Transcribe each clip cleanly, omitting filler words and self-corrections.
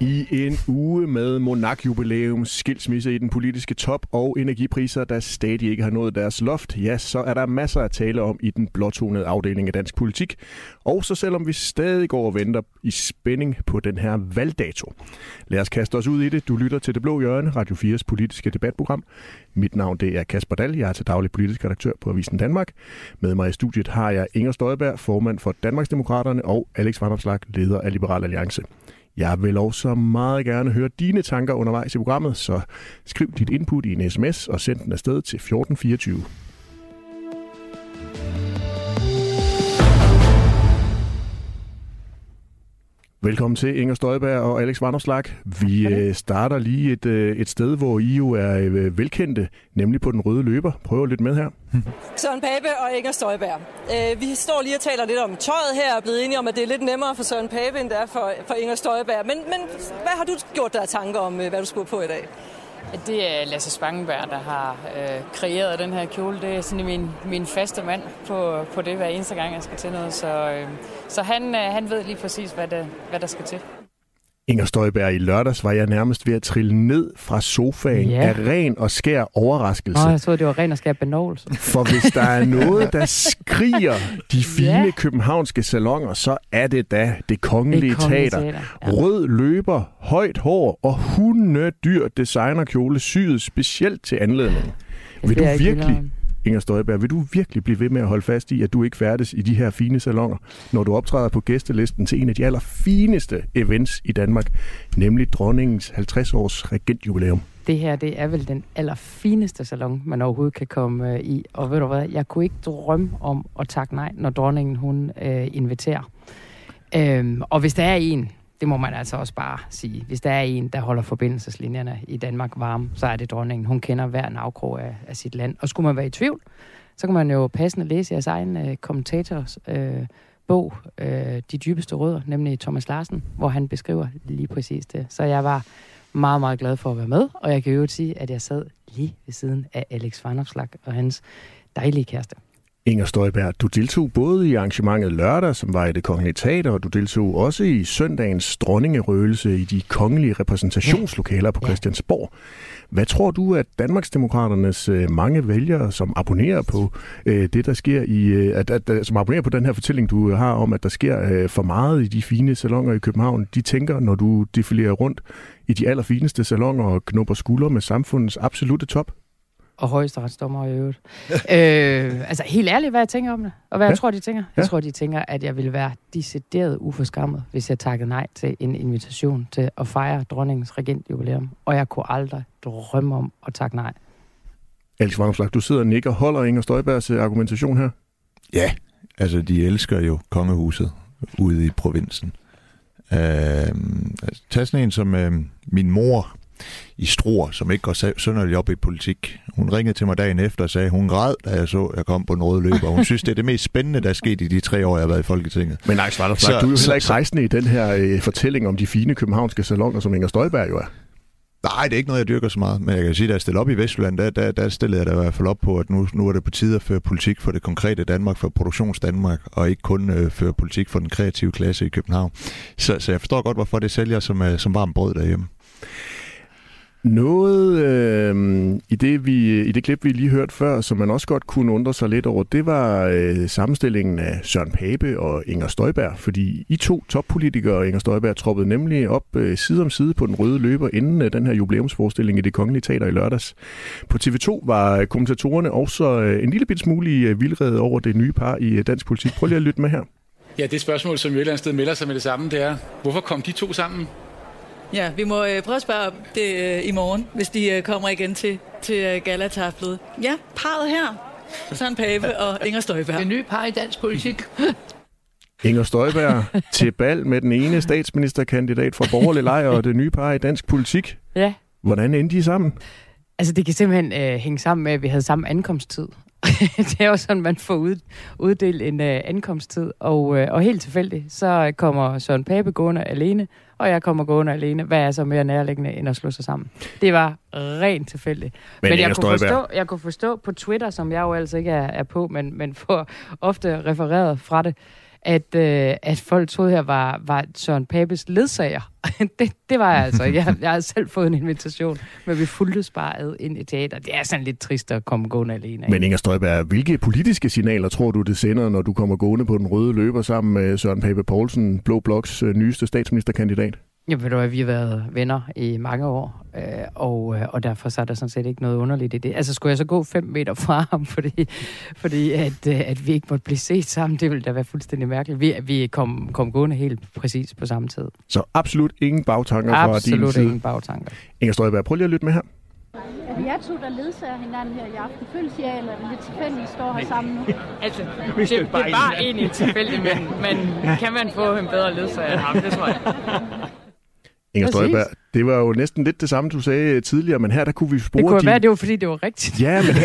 I en uge med monarkjubilæum, skilsmisse i den politiske top og energipriser, der stadig ikke har nået deres loft, ja, så er der masser at tale om i den blåtonede afdeling af dansk politik. Og så selvom vi stadig går og venter i spænding på den her valgdato. Lad os kaste os ud i det. Du lytter til Det Blå Hjørne, Radio 4's politiske debatprogram. Mit navn det er Kasper Dahl. Jeg er til daglig politisk redaktør på Avisen Danmark. Med mig i studiet har jeg Inger Støjberg, formand for Danmarksdemokraterne, og Alex Vanopslagh, leder af Liberal Alliance. Jeg vil også meget gerne høre dine tanker undervejs i programmet, så skriv dit input i en sms og send den afsted til 1424. Velkommen til Inger Støjberg og Alex Vanopslagh. Vi starter lige et sted, hvor I jo er velkendte, nemlig på den røde løber. Prøv lidt med her. Søren Pape og Inger Støjberg. Vi står lige og taler lidt om tøjet her og er blevet enige om, at det er lidt nemmere for Søren Pape, end det er for Inger Støjberg. Men hvad har du gjort dig af tanker om, hvad du skulle på i dag? Det er Lasse Spangenberg, der har kreeret den her kjole. Det er sådan min faste mand på det, hver eneste gang, jeg skal til noget. Så han ved lige præcis, hvad der skal til. Inger Støjberg, i lørdags var jeg nærmest ved at trille ned fra sofaen af ren og skær overraskelse. Jeg så, det var ren og skær benådelse. For hvis der er noget, der skriger de fine københavnske salonger, så er det da Det Kongelige Teater. Ja. Rød løber, højt hår og hundedyr designerkjole syet specielt til anledningen. Vil du virkelig, Inger Støjberg, vil du virkelig blive ved med at holde fast i, at du ikke færdes i de her fine salonger, når du optræder på gæstelisten til en af de allerfineste events i Danmark, nemlig dronningens 50-års regentjubilæum? Det her, det er vel den allerfineste salon, man overhovedet kan komme i. Og ved du hvad, jeg kunne ikke drømme om at takke nej, når dronningen hun inviterer. Og hvis der er en, det må man altså også bare sige, hvis der er en, der holder forbindelseslinjerne i Danmark varme, så er det dronningen. Hun kender hver en afkrog af sit land. Og skulle man være i tvivl, så kan man jo passende læse jeres egen kommentators bog, De dybeste rødder, nemlig Thomas Larsen, hvor han beskriver lige præcis det. Så jeg var meget, meget glad for at være med, og jeg kan jo sige, at jeg sad lige ved siden af Alex Vanopslagh og hans dejlige kæreste. Inger Støjberg, du deltog både i arrangementet lørdag, som var i Det Kongelige Teater, og du deltog også i søndagens dronningerøgelse i de kongelige repræsentationslokaler på Christiansborg. Hvad tror du, at Danmarksdemokraternes mange vælgere, som abonnerer på det, der sker som abonnerer på den her fortælling, du har om, at der sker for meget i de fine salonger i København, de tænker, når du defilerer rundt i de allerfineste salonger og knupper skuldre med samfundets absolute top? Og højesteretsdommer i øvrigt. Altså helt ærligt, hvad jeg tænker om det, og hvad jeg tror, de tænker. Jeg tror, de tænker, at jeg ville være decideret uforskammet, hvis jeg takkede nej til en invitation til at fejre dronningens regentjubilæum. Og jeg kunne aldrig drømme om at takke nej. Alex Vanopslagh, du sidder og nikker. Holder Inger Støjbergs argumentation her? Ja, altså de elsker jo kongehuset ude i provinsen. Tag sådan en som min mor i Struer, som ikke går sønderligt op i politik. Hun ringede til mig dagen efter og sagde, hun græd, da jeg kom på den røde løber. Hun synes, det er det mest spændende, der er sket i de 3 år, jeg har været i Folketinget. Men nej, du er jo heller ikke rejsende i den her fortælling om de fine københavnske salonger, som Inger Støjberg jo er. Nej, det er ikke noget, jeg dyrker så meget. Men jeg kan sige, da jeg stillede op i Vestjylland, der stillede jeg da i hvert fald op på, at nu er det på tide at føre politik for det konkrete Danmark, for produktionsdanmark, og ikke kun føre politik for den kreative klasse i København. Så jeg forstår godt, hvorfor det sælger som varmt brød derhjemme. Noget i det klip, vi lige hørte før, som man også godt kunne undre sig lidt over, det var sammenstillingen af Søren Pape og Inger Støjberg. Fordi I to toppolitikere og Inger Støjberg troppede nemlig op side om side på den røde løber inden den her jubilæumsforestilling i Det Kongelige Teater i lørdags. På TV2 var kommentatorerne også en lille bit smule vildrede over det nye par i dansk politik. Prøv lige at lytte med her. Ja, det spørgsmål, som jo et eller andet sted melder sig med det samme, det er, hvorfor kom de to sammen? Ja, vi må prøve at spørge om det i morgen, hvis de kommer igen til galataflet. Ja, parret her. Søren Pape og Inger Støjberg. Det nye par i dansk politik. Inger Støjberg til bal med den ene statsministerkandidat fra borgerlig lejr og det nye par i dansk politik. Ja. Hvordan endte de sammen? Altså, det kan simpelthen hænge sammen med, at vi havde samme ankomsttid. Det er jo sådan, man får uddelt en ankomsttid, og helt tilfældigt, så kommer Søren Pape gående alene, og jeg kommer gående alene. Hvad er så mere nærliggende end at slå sig sammen? Det var rent tilfældigt. Men jeg kunne forstå på Twitter, som jeg jo altså ikke er på, men får ofte refereret fra det, at folk troede, her var Søren Papes ledsager. det var jeg altså. Jeg har selv fået en invitation, men vi fulgtes bare ind i teater. Det er sådan lidt trist at komme gående alene. Men Inger Støjberg, hvilke politiske signaler tror du, det sender, når du kommer gående på den røde løber sammen med Søren Pape Poulsen, Blå Bloks nyeste statsministerkandidat? Ja, ved du hvad, vi har været venner i mange år, og derfor så er der sådan set ikke noget underligt i det. Altså, skulle jeg så gå 5 meter fra ham, fordi at vi ikke måtte blive set sammen, det ville da være fuldstændig mærkeligt. Vi kom gående helt præcis på samme tid. Så absolut ingen bagtanker fra din side? Absolut ingen bagtanker. Inger Støjberg, prøv lige at lytte med her. Er vi to, der ledsager hinanden her i aften? Føles jeg, eller er det lidt tilfældigt, I står her sammen nu? Altså, det er bare egentlig tilfældigt, men kan man få en bedre ledsager end ham, det tror jeg. Inger Støjberg, det var jo næsten lidt det samme, du sagde tidligere, men her der kunne vi spore... Det kunne være, det var fordi, det var rigtigt. Ja, men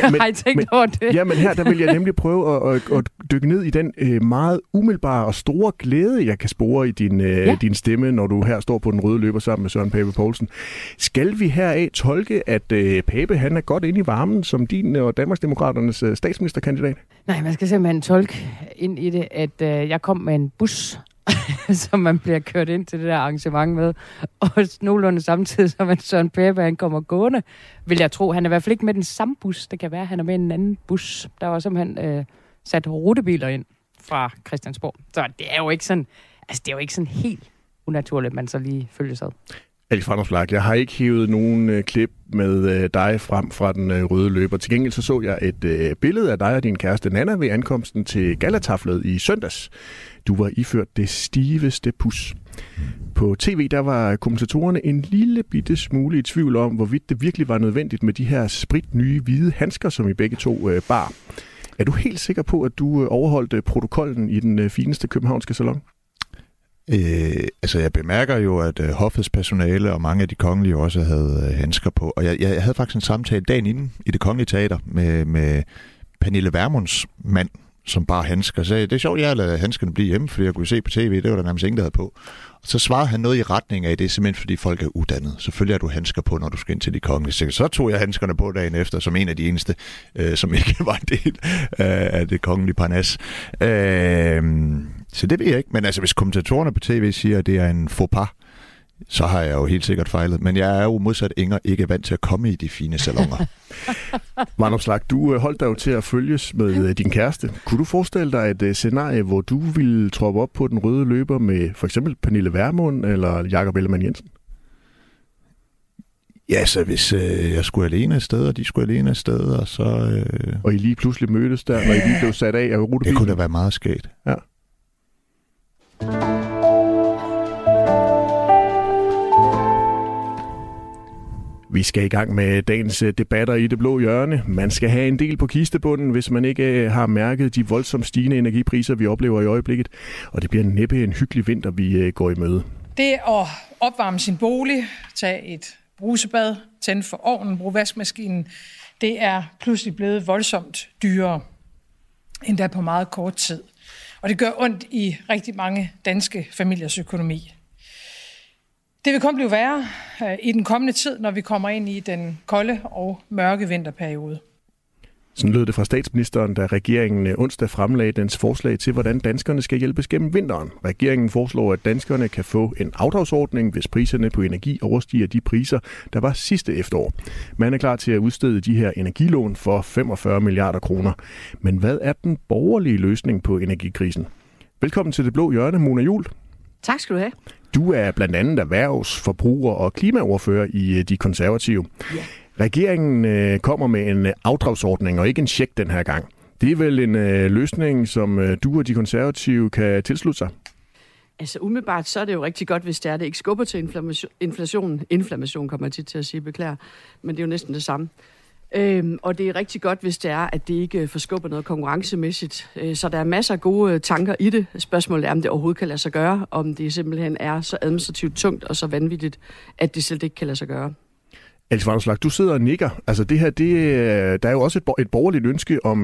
her der vil jeg nemlig prøve at dykke ned i den meget umiddelbare og store glæde, jeg kan spore i din stemme, når du her står på den røde løber sammen med Søren Pape Poulsen. Skal vi heraf tolke, at Pape han er godt inde i varmen som din og Danmarksdemokraternes statsministerkandidat? Nej, man skal simpelthen tolke ind i det, at jeg kom med en bus, som man bliver kørt ind til det der arrangement med. Og nogenlunde samtidig, som Søren Pape, han kommer gående, vil jeg tro. Han er i hvert fald ikke med den samme bus. Det kan være, han er med en anden bus. Der var simpelthen sat rutebiler ind fra Christiansborg. Så det er jo ikke sådan, det er jo ikke sådan helt unaturligt, man så lige følges ad. Alex Vanopslagh, jeg har ikke hævet nogen klip med dig frem fra den røde løber. Til gengæld så jeg et billede af dig og din kæreste Nana ved ankomsten til gallataflet i søndags. Du var iført det stiveste pus. På tv der var kommentatorerne en lille bitte smule i tvivl om, hvorvidt det virkelig var nødvendigt med de her spritnye hvide handsker, som I begge to bar. Er du helt sikker på, at du overholdt protokollen i den fineste københavnske salon? Jeg bemærker jo, at hoffets personale og mange af de kongelige også havde handsker på. Og jeg havde faktisk en samtale dagen inden i Det Kongelige Teater med Pernille Vermunds mand, som bare handsker. Så det er sjovt, jeg lader handskerne blive hjemme, fordi jeg kunne se på tv, det var der nærmest ingen, der havde på. Og så svarede han noget i retning af, det er simpelthen fordi folk er uddannet. Selvfølgelig har du handsker på, når du skal ind til de kongelige. Så tog jeg handskerne på dagen efter, som en af de eneste, som ikke var en del af det kongelige parnas. Så det ved jeg ikke. Men altså, hvis kommentatorerne på tv siger, at det er en faux pas, så har jeg jo helt sikkert fejlet. Men jeg er jo modsat Inger ikke vant til at komme i de fine salonger. Vanopslagh, du holdt dig jo til at følges med din kæreste. Kunne du forestille dig et scenarie, hvor du ville troppe op på den røde løber med for eksempel Pernille Vermund eller Jakob Ellemann-Jensen? Ja, så hvis jeg skulle alene afsted, og de skulle alene afsted, og så... Og I lige pludselig mødtes der, når I lige blev sat af rutebilen? Det kunne da være meget skægt. Ja. Vi skal i gang med dagens debatter i Det Blå Hjørne. Man skal have en del på kistebunden, hvis man ikke har mærket de voldsomt stigende energipriser, vi oplever i øjeblikket. Og det bliver næppe en hyggelig vinter, vi går i møde. Det at opvarme sin bolig, tage et brusebad, tænde for ovnen, bruge vaskemaskinen, det er pludselig blevet voldsomt dyrere, endda på meget kort tid. Og det gør ondt i rigtig mange danske familiers økonomi. Det vil kun blive værre i den kommende tid, når vi kommer ind i den kolde og mørke vinterperiode. Sådan lød det fra statsministeren, da regeringen onsdag fremlagde dens forslag til, hvordan danskerne skal hjælpes gennem vinteren. Regeringen foreslår, at danskerne kan få en afdragsordning, hvis priserne på energi overstiger de priser, der var sidste efterår. Man er klar til at udstede de her energilån for 45 milliarder kroner. Men hvad er den borgerlige løsning på energikrisen? Velkommen til Det Blå Hjørne, Mona Juul. Tak skal du have. Du er blandt andet erhvervs-, forbruger- og klimaordfører i De Konservative. Ja. Regeringen kommer med en afdragsordning og ikke en check den her gang. Det er vel en løsning, som du og De Konservative kan tilslutte sig? Altså umiddelbart, så er det jo rigtig godt, hvis det ikke skubber til inflationen. Inflammation kommer jeg tit til at sige, beklager, men det er jo næsten det samme. Og det er rigtig godt, hvis det er, at det ikke forskubber noget konkurrencemæssigt. Så der er masser af gode tanker i det. Spørgsmålet er, om det overhovedet kan lade sig gøre, om det simpelthen er så administrativt tungt og så vanvittigt, at det selv ikke kan lade sig gøre. Alex Vanopslagh, du sidder og nikker. Altså det her, der er jo også et borgerligt ønske om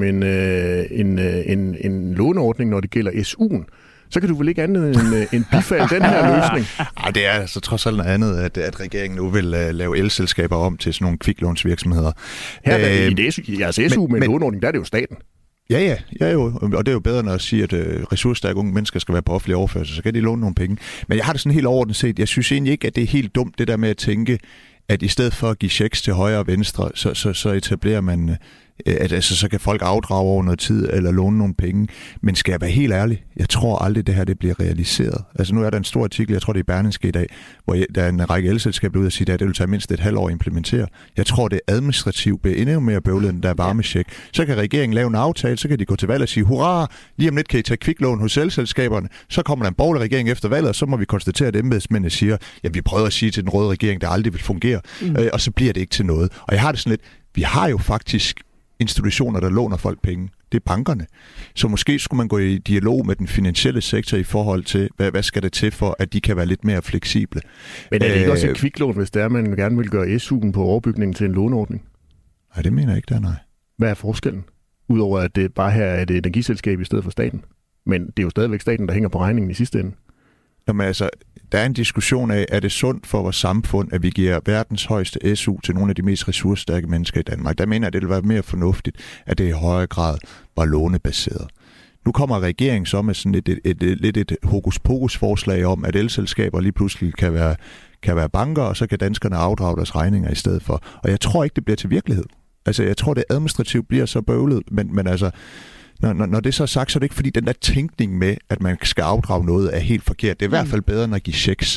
en låneordning, når det gælder SU'en. Så kan du vel ikke andet end bifalde den her løsning? Ej, det er altså trods alt noget andet, at regeringen nu vil lave elselskaber om til sådan nogle kviklånsvirksomheder. Her i SU med en låneordning, der er det jo staten. Ja, jo. Og det er jo bedre, end at sige, at ressourcestærke unge mennesker skal være på offentlig overførsel, så kan de låne nogle penge. Men jeg har det sådan helt overordnet set. Jeg synes egentlig ikke, at det er helt dumt, det der med at tænke, at i stedet for at give checks til højre og venstre, så etablerer man, så kan folk afdrage over noget tid eller låne nogle penge. Men skal jeg være helt ærlig, jeg tror aldrig, det her det bliver realiseret. Altså nu er der en stor artikel, jeg tror det er i Berlingske i dag, hvor der er en række elselskaber ud og sige, at det vil tage mindst et halvt år at implementere. Jeg tror, det administrativt bliver endnu mere bøvlet, end der er varmecheck. Så kan regeringen lave en aftale, så kan de gå til valg og sige, hurra, lige om lidt kan I tage kviklån hos elselskaberne. Så kommer der en borgerlig regering efter valget, og så må vi konstatere, at embedsmændene siger, ja, vi prøver at sige til den røde regering, der aldrig vil fungere, og så bliver det ikke til noget. Og jeg har det sådan lidt, vi har jo faktisk institutioner, der låner folk penge. Det er bankerne. Så måske skulle man gå i dialog med den finansielle sektor i forhold til, hvad skal det til for, at de kan være lidt mere fleksible. Men er det ikke også et kviklån, hvis det er, man gerne vil gøre SU'en på overbygningen til en låneordning? Nej, det mener jeg ikke, der er nej. Hvad er forskellen? Udover at det bare her er et energiselskab i stedet for staten. Men det er jo stadigvæk staten, der hænger på regningen i sidste ende. Jamen altså, der er en diskussion af, er det sundt for vores samfund, at vi giver verdens højeste SU til nogle af de mest ressourcestærke mennesker i Danmark? Der mener jeg, at det vil være mere fornuftigt, at det i højere grad var lånebaseret. Nu kommer regeringen så med sådan et hokus-pokus-forslag om, at elselskaber lige pludselig kan være banker, og så kan danskerne afdrage deres regninger i stedet for. Og jeg tror ikke, det bliver til virkelighed. Altså, jeg tror, det administrativt bliver så bøvlet, men altså, når det så er sagt, så er det ikke fordi, den der tænkning med, at man skal afdrage noget, er helt forkert. Det er i hvert fald bedre, end at give checks.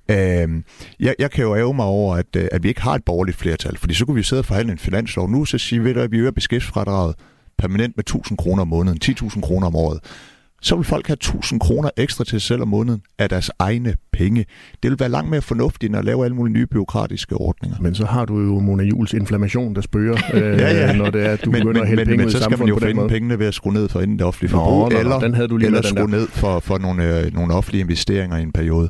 Jeg kan jo ære mig over, at vi ikke har et borgerligt flertal, fordi så kunne vi sidde og forhandle en finanslov nu, så siger vi, at vi øger beskæftigelsesfradraget permanent med 1.000 kroner om måneden, 10.000 kroner om året. Så vil folk have 1.000 kroner ekstra til sig selv om måneden af deres egne penge. Det vil være langt mere fornuftigt, end at lave alle mulige nye bureaukratiske ordninger. Men så har du jo Mona Juuls inflammation, der spørger, når det er, at du begynder at hælde penge ud i samfundet. Men så skal man jo finde pengene ved at skrue ned for inden det offentlige forbrug, eller skrue ned for nogle offentlige investeringer i en periode.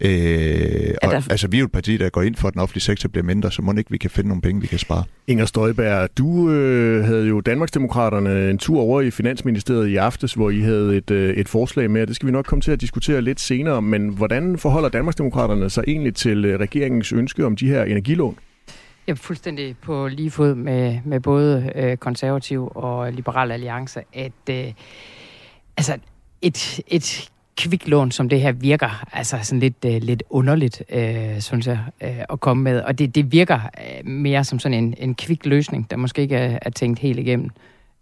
Altså, vi er jo et parti, der går ind for, at den offentlige sektor bliver mindre, så må ikke vi kan finde nogle penge, vi kan spare. Inger Støjberg, du havde jo Danmarksdemokraterne en tur over i Finansministeriet i aftes, hvor I havde et forslag med, og det skal vi nok komme til at diskutere lidt senere, men hvordan forholder Danmarksdemokraterne sig egentlig til regeringens ønske om de her energilån? Jeg er fuldstændig på lige fod med både konservativ og liberal alliance, at et kviklån som det her virker altså sådan lidt underligt, synes jeg, at komme med. Og det virker mere som sådan en kvik løsning, der måske ikke er tænkt helt igennem.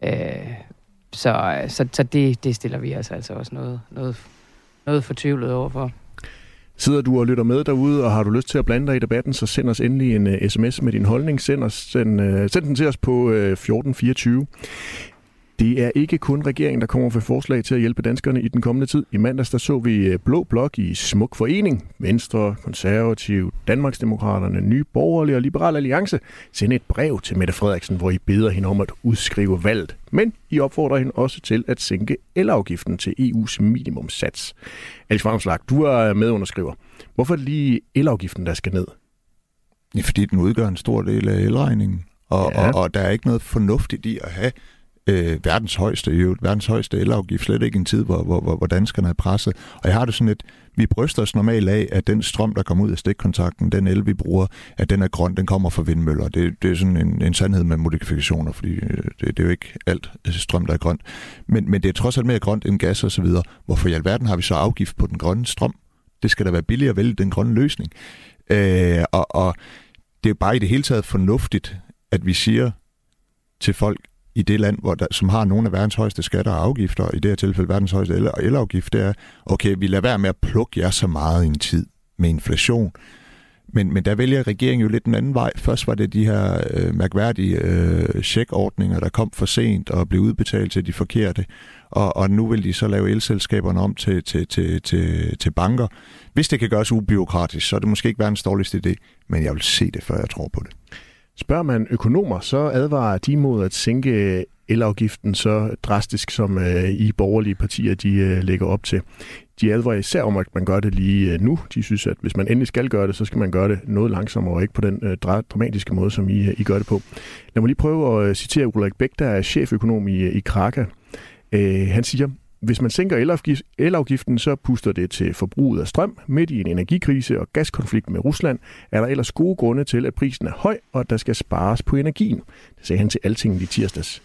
Så det stiller vi os altså også noget fortvivlet overfor. Sidder du og lytter med derude, og har du lyst til at blande dig i debatten, så send os endelig en sms med din holdning. Send den til os på 1424. Det er ikke kun regeringen, der kommer for forslag til at hjælpe danskerne i den kommende tid. I mandags der så vi Blå Blok i smuk forening. Venstre, Konservativ, Danmarksdemokraterne, Nye Borgerlige og Liberal Alliance sende et brev til Mette Frederiksen, hvor I beder hende om at udskrive valget. Men I opfordrer hende også til at sænke elafgiften til EU's minimumssats. Alex Vanopslagh, du er medunderskriver. Hvorfor er det lige elafgiften, der skal ned? Ja, fordi den udgør en stor del af elregningen. Og der er ikke noget fornuftigt i at have verdens højeste elafgift, slet ikke en tid, hvor danskerne er presset. Og jeg har det sådan lidt, vi bryster os normalt af, at den strøm, der kommer ud af stikkontakten, den el, vi bruger, at den er grøn, den kommer fra vindmøller. Det er sådan en sandhed med modifikationer, fordi det er jo ikke alt strøm, der er grønt. Men det er trods alt mere grønt end gas og så videre. Hvorfor i alverden har vi så afgift på den grønne strøm? Det skal da være billigere at vælge den grønne løsning. Og det er jo bare i det hele taget fornuftigt, at vi siger til folk, i det land, som har nogle af verdens højeste skatter og afgifter, og i det her tilfælde verdens højeste elafgift, det er, okay, vi lader være med at plukke jer så meget i en tid med inflation. Men der vælger regeringen jo lidt en anden vej. Først var det de her mærkværdige checkordninger, der kom for sent og blev udbetalt til de forkerte. Og nu vil de så lave elselskaberne om til banker. Hvis det kan gøres ubureaukratisk, så er det måske ikke verdens dårligste idé, men jeg vil se det, før jeg tror på det. Spørger man økonomer, så advarer de mod at sænke elafgiften så drastisk, som I borgerlige partier de lægger op til. De advarer især om, at man gør det lige nu. De synes, at hvis man endelig skal gøre det, så skal man gøre det noget langsommere, og ikke på den dramatiske måde, som I gør det på. Lad mig lige prøve at citere Ulrik Bæk, der er cheføkonom i Kraka. Han siger, hvis man sænker elafgiften, så puster det til forbruget af strøm. Midt i en energikrise og gaskonflikt med Rusland er der ellers gode grunde til, at prisen er høj, og at der skal spares på energien. Det sagde han til Altinget i tirsdags.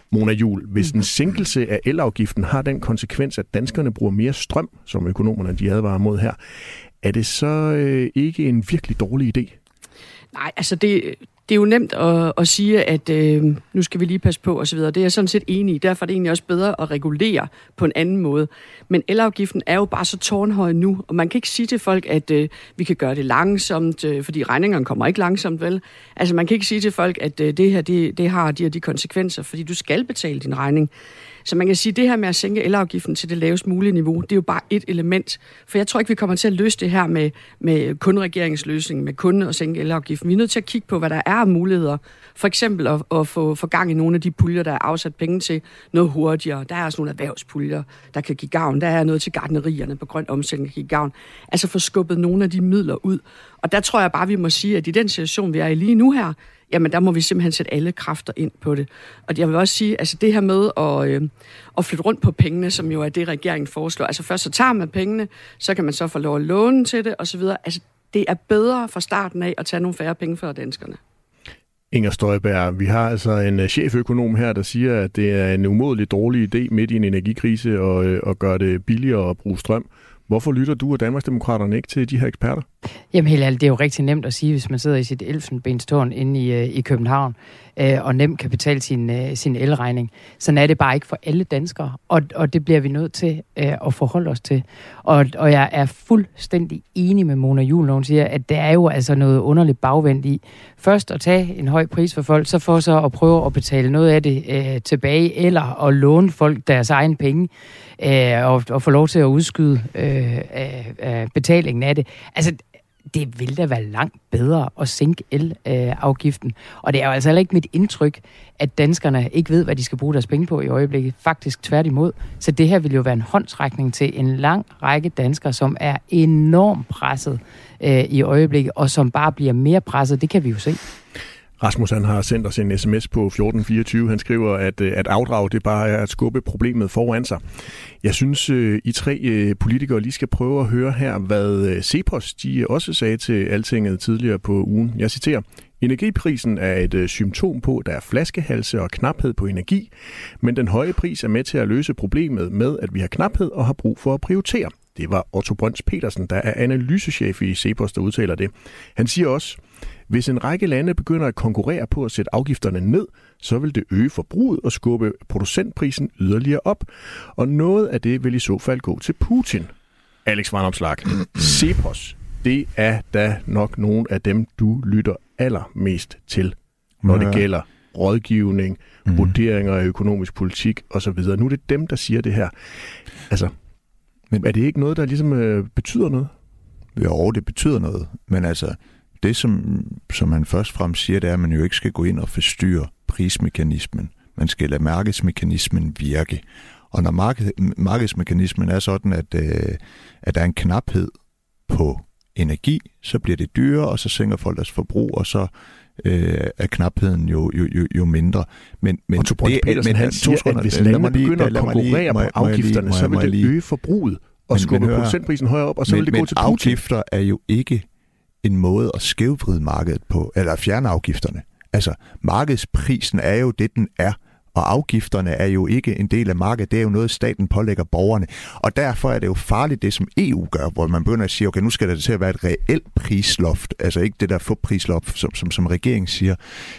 Mona Juul, hvis en sænkelse af elafgiften har den konsekvens, at danskerne bruger mere strøm, som økonomerne de advarer mod her, er det så ikke en virkelig dårlig idé? Nej, altså det er jo nemt at sige, at nu skal vi lige passe på osv. Det er jeg sådan set enig i. Derfor er det egentlig også bedre at regulere på en anden måde. Men elafgiften er jo bare så tårnhøj nu, og man kan ikke sige til folk, at vi kan gøre det langsomt, fordi regningerne kommer ikke langsomt, vel? Altså man kan ikke sige til folk, at det her det har de konsekvenser, fordi du skal betale din regning. Så man kan sige, at det her med at sænke elafgiften til det lavest mulige niveau, det er jo bare et element. For jeg tror ikke, vi kommer til at løse det her med kun regeringsløsningen, med kun at sænke elafgiften. Vi er nødt til at kigge på, hvad der er af muligheder. For eksempel at få gang i nogle af de puljer, der er afsat penge til noget hurtigere. Der er også nogle erhvervspuljer, der kan give gavn. Der er noget til gartnerierne på grøn omsætning, der kan give gavn. Altså få skubbet nogle af de midler ud. Og der tror jeg bare, vi må sige, at i den situation, vi er i lige nu her, jamen der må vi simpelthen sætte alle kræfter ind på det. Og jeg vil også sige, altså det her med at flytte rundt på pengene, som jo er det, regeringen foreslår. Altså først så tager man pengene, så kan man så få lov at låne til det osv. Altså det er bedre fra starten af at tage nogle færre penge fra danskerne. Inger Støjberg, vi har altså en cheføkonom her, der siger, at det er en umådelig dårlig idé midt i en energikrise at gøre det billigere at bruge strøm. Hvorfor lytter du og Danmarksdemokraterne ikke til de her eksperter? Jamen helt ærligt, det er jo rigtig nemt at sige, hvis man sidder i sit elfenbenstårn inde i København, og nemt kan betale sin elregning. Sådan er det bare ikke for alle danskere, og det bliver vi nødt til at forholde os til. Og jeg er fuldstændig enig med Mona Juul, når hun siger, at der er jo altså noget underligt bagvendt i. Først at tage en høj pris for folk, så for så at prøve at betale noget af det tilbage, eller at låne folk deres egen penge, og få lov til at udskyde betalingen af det. Altså, det vil da være langt bedre at sænke elafgiften. Og det er jo altså heller ikke mit indtryk, at danskerne ikke ved, hvad de skal bruge deres penge på i øjeblikket. Faktisk tværtimod. Så det her vil jo være en håndsrækning til en lang række danskere, som er enormt presset i øjeblikket, og som bare bliver mere presset. Det kan vi jo se. Rasmus han har sendt os en sms på 1424. Han skriver, at afdrag det bare er at skubbe problemet foran sig. Jeg synes, I tre politikere lige skal prøve at høre her, hvad CEPOS de også sagde til Altinget tidligere på ugen. Jeg citerer: Energiprisen er et symptom på, at der er flaskehalse og knaphed på energi, men den høje pris er med til at løse problemet med, at vi har knaphed og har brug for at prioritere. Det var Otto Brøns Petersen, der er analysechef i CEPOS, der udtaler det. Han siger også: Hvis en række lande begynder at konkurrere på at sætte afgifterne ned, så vil det øge forbruget og skubbe producentprisen yderligere op. Og noget af det vil i så fald gå til Putin. Alex Vanopslagh, CEPOS, det er da nok nogle af dem, du lytter allermest til, når det gælder rådgivning, vurderinger af økonomisk politik osv. Nu er det dem, der siger det her. Altså, men er det ikke noget, der ligesom betyder noget? Jo, det betyder noget, men altså det, som man først frem siger, det er, at man jo ikke skal gå ind og forstyrre prismekanismen. Man skal lade markedsmekanismen virke. Og når markedsmekanismen er sådan, at der er en knaphed på energi, så bliver det dyrere, og så sænker folk deres forbrug, og så er knapheden jo mindre. Men Otto Brøns Petersen, han siger, at hvis landene begynder at konkurrere på afgifterne, så vil det øge forbruget og skubbe producentprisen højere op, og så vil det gå til Putin. Men afgifter er jo ikke en måde at skævvride markedet på, eller fjerne afgifterne. Altså, markedsprisen er jo det, den er, og afgifterne er jo ikke en del af markedet, det er jo noget, staten pålægger borgerne. Og derfor er det jo farligt, det som EU gør, hvor man begynder at sige, okay, nu skal der til at være et reelt prisloft, altså ikke det der fuprisloft, som regeringen siger.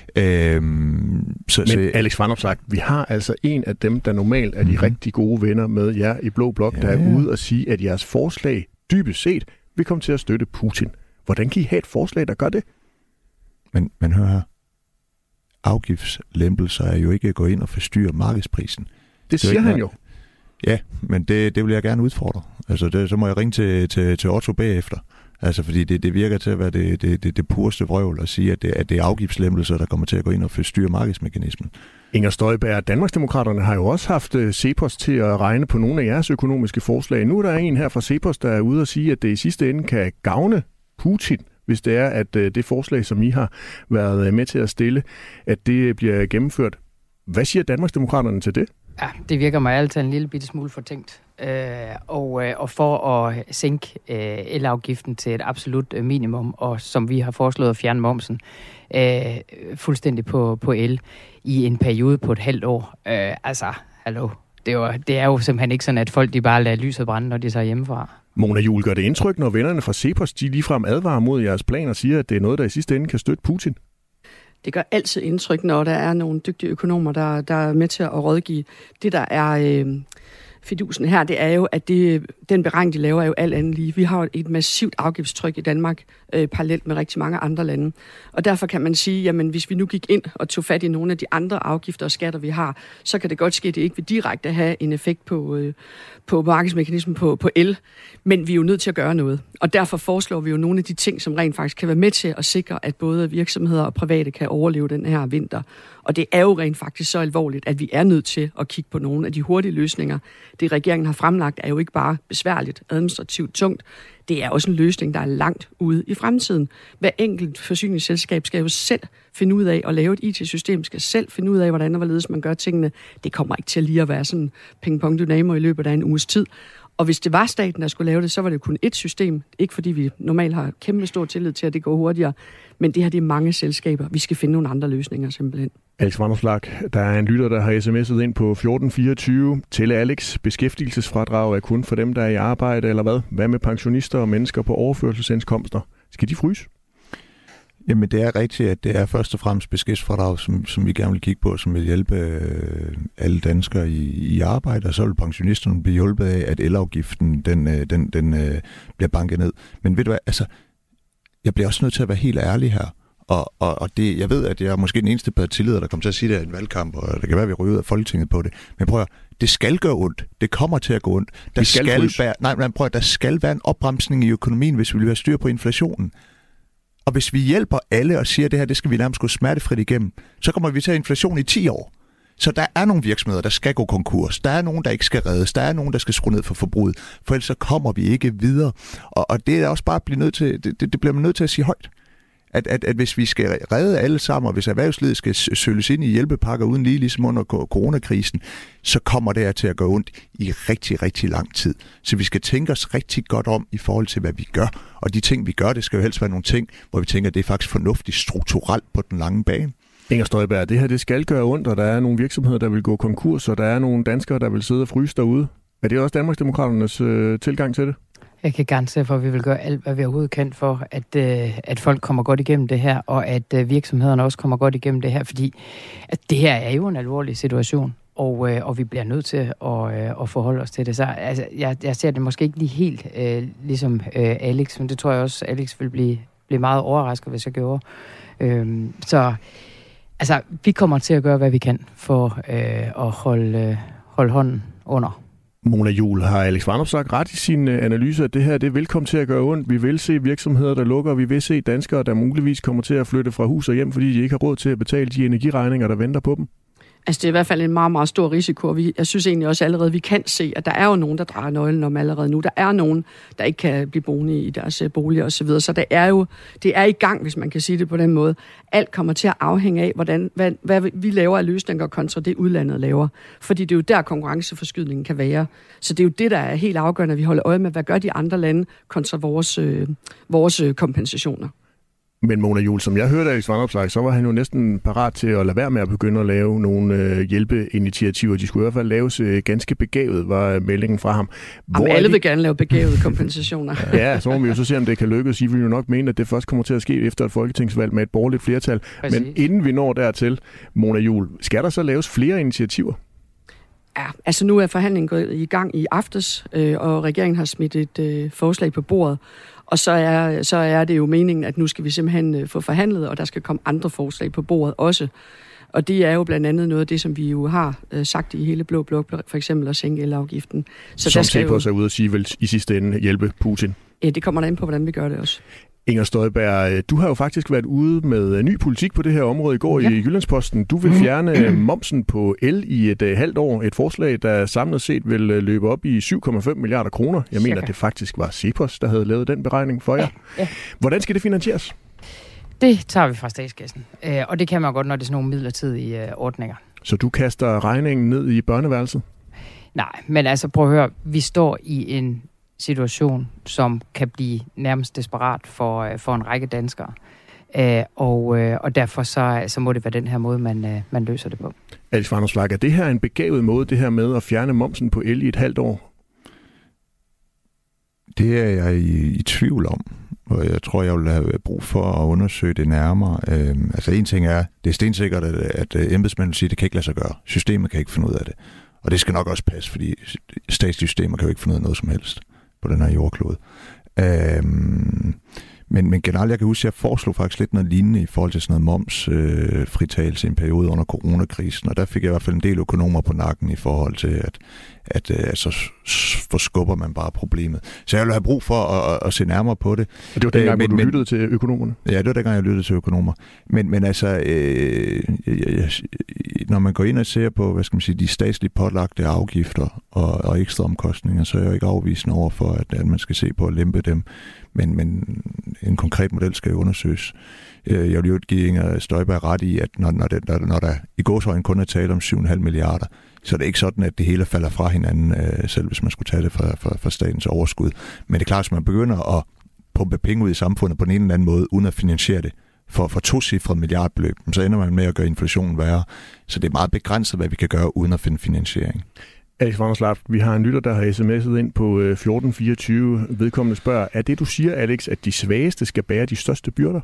Men Alex Vanopslagh, vi har altså en af dem, der normalt er de rigtig gode venner med jer i Blå Blok, der er ude og sige, at jeres forslag dybest set vil komme til at støtte Putin. Hvordan kan I have et forslag, der gør det? Men hør her. Afgiftslempelser er jo ikke at gå ind og forstyrre markedsprisen. Det siger han jo. Ja, men det vil jeg gerne udfordre. Altså, så må jeg ringe til Otto bagefter. Altså, fordi det virker til at være det pureste vrøvl at sige, at det er afgiftslempelser, der kommer til at gå ind og forstyrre markedsmekanismen. Inger Støjberg, Danmarksdemokraterne har jo også haft CEPOS til at regne på nogle af jeres økonomiske forslag. Nu er der en her fra CEPOS, der er ude og sige, at det i sidste ende kan gavne Putin, hvis det er, at det forslag, som I har været med til at stille, at det bliver gennemført. Hvad siger Danmarksdemokraterne til det? Ja, det virker mig altid en lille bitte smule fortænkt. og for at sænke elafgiften til et absolut minimum, og som vi har foreslået at fjerne momsen fuldstændig på el i en periode på et halvt år. Hallo. Det er jo simpelthen ikke sådan, at folk de bare lader lyset brænde, når de tager hjemmefra. Mona Juul, gør det indtryk, når vennerne fra CEPOS de ligefrem advarer mod jeres plan og siger, at det er noget, der i sidste ende kan støtte Putin? Det gør altid indtryk, når der er nogle dygtige økonomer, der er med til at rådgive. Det, der er fidusen her, det er jo, at den beregning, de laver, er jo alt andet lige. Vi har et massivt afgiftstryk i Danmark, parallelt med rigtig mange andre lande. Og derfor kan man sige, jamen hvis vi nu gik ind og tog fat i nogle af de andre afgifter og skatter, vi har, så kan det godt ske, at det ikke vil direkte have en effekt på markedsmekanismen på el. Men vi er jo nødt til at gøre noget. Og derfor foreslår vi jo nogle af de ting, som rent faktisk kan være med til at sikre, at både virksomheder og private kan overleve den her vinter. Og det er jo rent faktisk så alvorligt, at vi er nødt til at kigge på nogle af de hurtige løsninger. Det regeringen har fremlagt er jo ikke bare besværligt, administrativt tungt. Det er også en løsning, der er langt ude i fremtiden. Hver enkelt forsyningsselskab skal jo selv finde ud af at lave et IT-system, skal selv finde ud af, hvordan og hvorledes man gør tingene. Det kommer ikke til lige at være sådan ping-pong-dynamo i løbet af en uges tid. Og hvis det var staten, der skulle lave det, så var det jo kun ét system. Ikke fordi vi normalt har kæmpe stor tillid til, at det går hurtigere. Men det her, det er mange selskaber. Vi skal finde nogle andre løsninger simpelthen. Alex Vanopslagh, der er en lytter, der har sms'et ind på 1424. Til Alex, beskæftigelsesfradrag er kun for dem, der er i arbejde, eller hvad? Hvad med pensionister og mennesker på overførselsindkomster? Skal de fryse? Jamen, det er rigtigt, at det er først og fremmest beskæftigelsesfradrag, som vi gerne vil kigge på, som vil hjælpe alle danskere i arbejde, og så vil pensionisterne blive hjulpet af, at elafgiften den bliver banket ned. Men ved du hvad, altså, jeg bliver også nødt til at være helt ærlig her. Og det, jeg ved, at jeg er måske den eneste partileder, der kommer til at sige det i en valgkamp, og det kan være, at vi ryger ud af Folketinget på det. Men prøv at det skal gøre ondt. Det kommer til at gå ondt. Der skal være en opbremsning i økonomien, hvis vi vil have styr på inflationen. Og hvis vi hjælper alle og siger, at det her, det skal vi nærmest gå smertefrit igennem, så kommer vi til at have inflation i 10 år. Så der er nogle virksomheder, der skal gå konkurs. Der er nogen, der ikke skal reddes. Der er nogen, der skal skrue ned for forbruget. For ellers så kommer vi ikke videre. Og det er også bare det bliver man nødt til at sige højt. At hvis vi skal redde alle sammen, og hvis erhvervslivet skal søles ind i hjælpepakker uden lige, ligesom under coronakrisen, så kommer det her til at gå ondt i rigtig, rigtig lang tid. Så vi skal tænke os rigtig godt om i forhold til, hvad vi gør. Og de ting, vi gør, det skal jo helst være nogle ting, hvor vi tænker, at det er faktisk fornuftigt strukturelt på den lange bane. Inger Støjberg, det her det skal gøre ondt, og der er nogle virksomheder, der vil gå konkurs, og der er nogle danskere, der vil sidde og fryse derude. Er det også Danmarksdemokraternes tilgang til det? Jeg kan garantere for, at vi vil gøre alt, hvad vi overhovedet kan for, at folk kommer godt igennem det her, og at virksomhederne også kommer godt igennem det her, fordi at det her er jo en alvorlig situation, og vi bliver nødt til at forholde os til det. Så altså, jeg ser det måske ikke lige helt ligesom Alex, men det tror jeg også, Alex vil blive meget overrasket, hvis jeg gjorde. Så altså, vi kommer til at gøre, hvad vi kan for at holde hånden under. Mona Juul, har Alex Vanopslagh ret i sin analyse, at det her det er velkommen til at gøre ondt. Vi vil se virksomheder, der lukker, og vi vil se danskere, der muligvis kommer til at flytte fra hus og hjem, fordi de ikke har råd til at betale de energiregninger, der venter på dem. Altså det er i hvert fald en meget, meget stor risiko. Jeg synes egentlig også allerede, vi kan se, at der er jo nogen, der drejer nøglen om allerede nu. Der er nogen, der ikke kan blive boende i deres boliger osv. Så det er i gang, hvis man kan sige det på den måde. Alt kommer til at afhænge af, hvad vi laver af løsninger kontra det udlandet laver. Fordi det er jo der, konkurrenceforskydningen kan være. Så det er jo det, der er helt afgørende, at vi holder øje med, hvad gør de andre lande kontra vores kompensationer. Men Mona Juul, som jeg hørte Alex Vanopslagh, så var han jo næsten parat til at lade være med at begynde at lave nogle hjælpeinitiativer. De skulle i hvert fald laves ganske begavet, var meldingen fra ham. Alle vil gerne lave begavede kompensationer. Ja, så må vi jo så se, om det kan lykkes. I vil jo nok mene, at det først kommer til at ske efter et folketingsvalg med et borgerligt flertal. Præcis. Men inden vi når dertil, Mona Juul, skal der så laves flere initiativer? Ja, altså nu er forhandlingen gået i gang i aftes, og regeringen har smidt et forslag på bordet. Og så er det jo meningen, at nu skal vi simpelthen få forhandlet, og der skal komme andre forslag på bordet også. Og det er jo blandt andet noget af det, som vi jo har sagt i hele Blå Blok, for eksempel at sænke elafgiften. Så som ser på sig ud og sige, vel i sidste ende hjælpe Putin? Ja, det kommer der ind på, hvordan vi gør det også. Inger Støjberg, du har jo faktisk været ude med ny politik på det her område i går i Jyllandsposten. Du vil fjerne momsen på el i et halvt år. Et forslag, der samlet set vil løbe op i 7,5 milliarder kroner. Jeg mener, at det faktisk var CEPOS, der havde lavet den beregning for jer. Ja. Hvordan skal det finansieres? Det tager vi fra statskassen. Og det kan man godt, når det er sådan nogle midlertidige ordninger. Så du kaster regningen ned i børneværelset? Nej, men altså prøv at høre, vi står i en situation, som kan blive nærmest desperat for en række danskere. Og derfor så må det være den her måde, man løser det på. Alex Vanopslagh, er det her en begavet måde, det her med at fjerne momsen på el i et halvt år? Det er jeg i tvivl om, og jeg tror, jeg vil have brug for at undersøge det nærmere. Altså en ting er, det er stensikkert, at embedsmændene siger, at det kan ikke lade sig gøre. Systemet kan ikke finde ud af det. Og det skal nok også passe, fordi statslige systemer kan jo ikke finde ud af noget som helst på den her jordklode. Men generelt, jeg kan huske, at jeg foreslog faktisk lidt noget lignende i forhold til sådan noget momsfritagelse i en periode under coronakrisen, og der fik jeg i hvert fald en del økonomer på nakken i forhold til, at så forskubber man bare problemet. Så jeg vil have brug for at se nærmere på det. Og det var dengang, hvor du lyttede til økonomerne? Ja, det var dengang, jeg lyttede til økonomer. Men altså, når man går ind og ser på, hvad skal man sige, de statslige pålagte afgifter og ekstra omkostninger, så er jeg jo ikke afvisende over for, at man skal se på at lempe dem. Men en konkret model skal jo undersøges. Jeg vil jo give Inger Støjberg ret i, at når der i gåseøjne kun er tale om 7,5 milliarder, så er det ikke sådan, at det hele falder fra hinanden, selv hvis man skulle tage det fra statens overskud. Men det er klart, at man begynder at pumpe penge ud i samfundet på en eller anden måde, uden at finansiere det for 2-cifret milliardbeløb, så ender man med at gøre inflationen værre. Så det er meget begrænset, hvad vi kan gøre, uden at finde finansiering. Alex Vanopslagh, vi har en lytter, der har sms'et ind på 1424. Vedkommende spørger, er det, du siger, Alex, at de svageste skal bære de største byrder?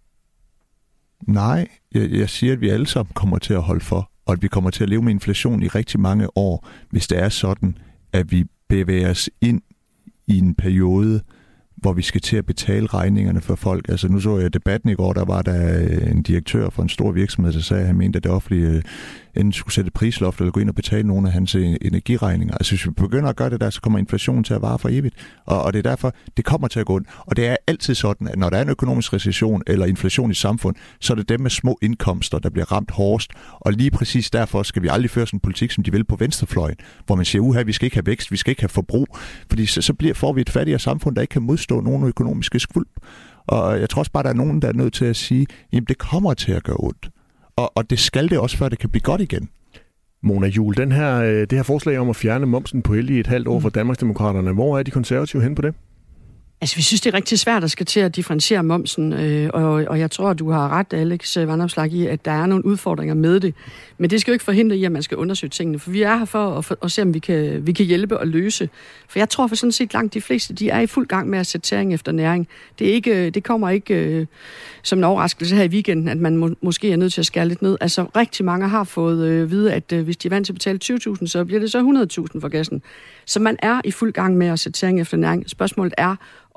Nej, jeg siger, at vi alle sammen kommer til at holde for, og at vi kommer til at leve med inflation i rigtig mange år, hvis det er sådan, at vi bevæger os ind i en periode, hvor vi skal til at betale regningerne for folk. Altså nu så jeg debatten i går, der var der en direktør for en stor virksomhed, der sagde, at han mente, at det offentlige enten skulle sætte prisloft eller gå ind og betale nogle af hans energiregninger. Altså hvis vi begynder at gøre det der, så kommer inflationen til at vare for evigt. Og det er derfor, det kommer til at gå ind. Og det er altid sådan, at når der er en økonomisk recession eller inflation i samfund, så er det dem med små indkomster, der bliver ramt hårdest. Og lige præcis derfor skal vi aldrig føre sådan en politik, som de vil på venstrefløjen, hvor man siger, vi skal ikke have vækst, vi skal ikke have forbrug, fordi så får vi et fattigere samfund, der ikke kan modstå nogen økonomiske skvulp. Og jeg tror også bare, der er nogen, der er nødt til at sige, jamen det kommer til at gøre ondt. Og det skal det også, før det kan blive godt igen. Mona Juul, det her forslag om at fjerne momsen på el i et halvt år for Danmarksdemokraterne, hvor er de konservative hen på det? Altså, vi synes, det er rigtig svært at skal til at differentiere momsen, og jeg tror, du har ret, Alex Vanopslagh, i, at der er nogle udfordringer med det. Men det skal jo ikke forhindre i, at man skal undersøge tingene, for vi er her for at se, om vi kan hjælpe og løse. For jeg tror for sådan set langt de fleste, de er i fuld gang med at sætte tæring efter næring. Det kommer ikke som en overraskelse her i weekenden, at man måske er nødt til at skære lidt ned. Altså, rigtig mange har fået vide, at hvis de er vant til at betale 20.000, så bliver det så 100.000 for gassen. Så man er i fuld gang med at sætte tæring efter næring. Spørgsmålet er,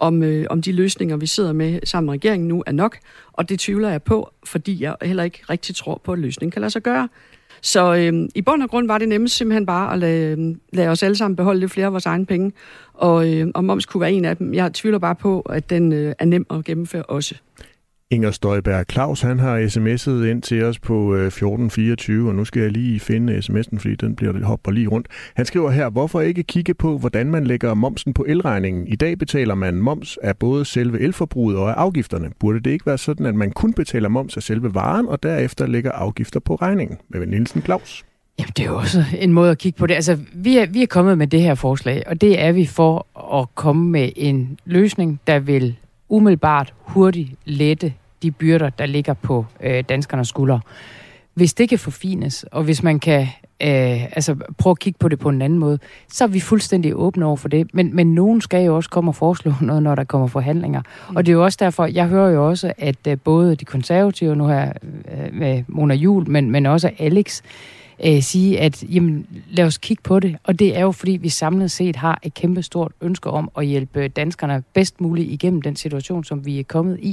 om de løsninger, vi sidder med sammen med regeringen nu, er nok. Og det tvivler jeg på, fordi jeg heller ikke rigtig tror på, at løsningen kan lade sig gøre. Så i bund og grund var det nemmest simpelthen bare at lade os alle sammen beholde lidt flere af vores egne penge. Og moms kunne være en af dem. Jeg tvivler bare på, at den er nem at gennemføre også. Inger Støjberg Claus, han har sms'et ind til os på 1424, og nu skal jeg lige finde sms'en, fordi den hopper lige rundt. Han skriver her, hvorfor ikke kigge på, hvordan man lægger momsen på elregningen? I dag betaler man moms af både selve elforbruget og af afgifterne. Burde det ikke være sådan, at man kun betaler moms af selve varen, og derefter lægger afgifter på regningen? Med Nielsen Claus. Jamen, det er jo også en måde at kigge på det. Altså, vi er kommet med det her forslag, og det er vi for at komme med en løsning, der vil umiddelbart hurtigt lette de byrder, der ligger på danskernes skuldre. Hvis det kan forfines, og hvis man kan prøve at kigge på det på en anden måde, så er vi fuldstændig åbne over for det. Men nogen skal jo også komme og foreslå noget, når der kommer forhandlinger. Og det er jo også derfor, jeg hører jo også, at både de konservative nu her med Mona Juul, men også Alex, sige, at jamen, lad os kigge på det. Og det er jo, fordi vi samlet set har et kæmpe stort ønske om at hjælpe danskerne bedst muligt igennem den situation, som vi er kommet i.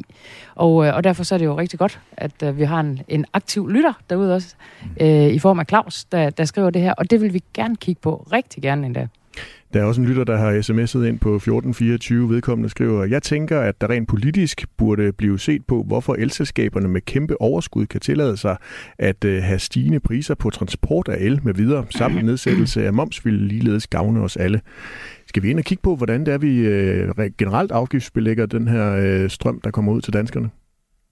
Og derfor så er det jo rigtig godt, at vi har en aktiv lytter derude også, i form af Claus, der skriver det her. Og det vil vi gerne kigge på. Rigtig gerne endda. Der er også en lytter, der har sms'et ind på 1424. Vedkommende skriver, jeg tænker, at der rent politisk burde blive set på, hvorfor elselskaberne med kæmpe overskud kan tillade sig at have stigende priser på transport af el med videre. Samt nedsættelse af moms ville ligeledes gavne os alle. Skal vi ind og kigge på, hvordan det er, vi generelt afgiftsbelægger den her strøm, der kommer ud til danskerne?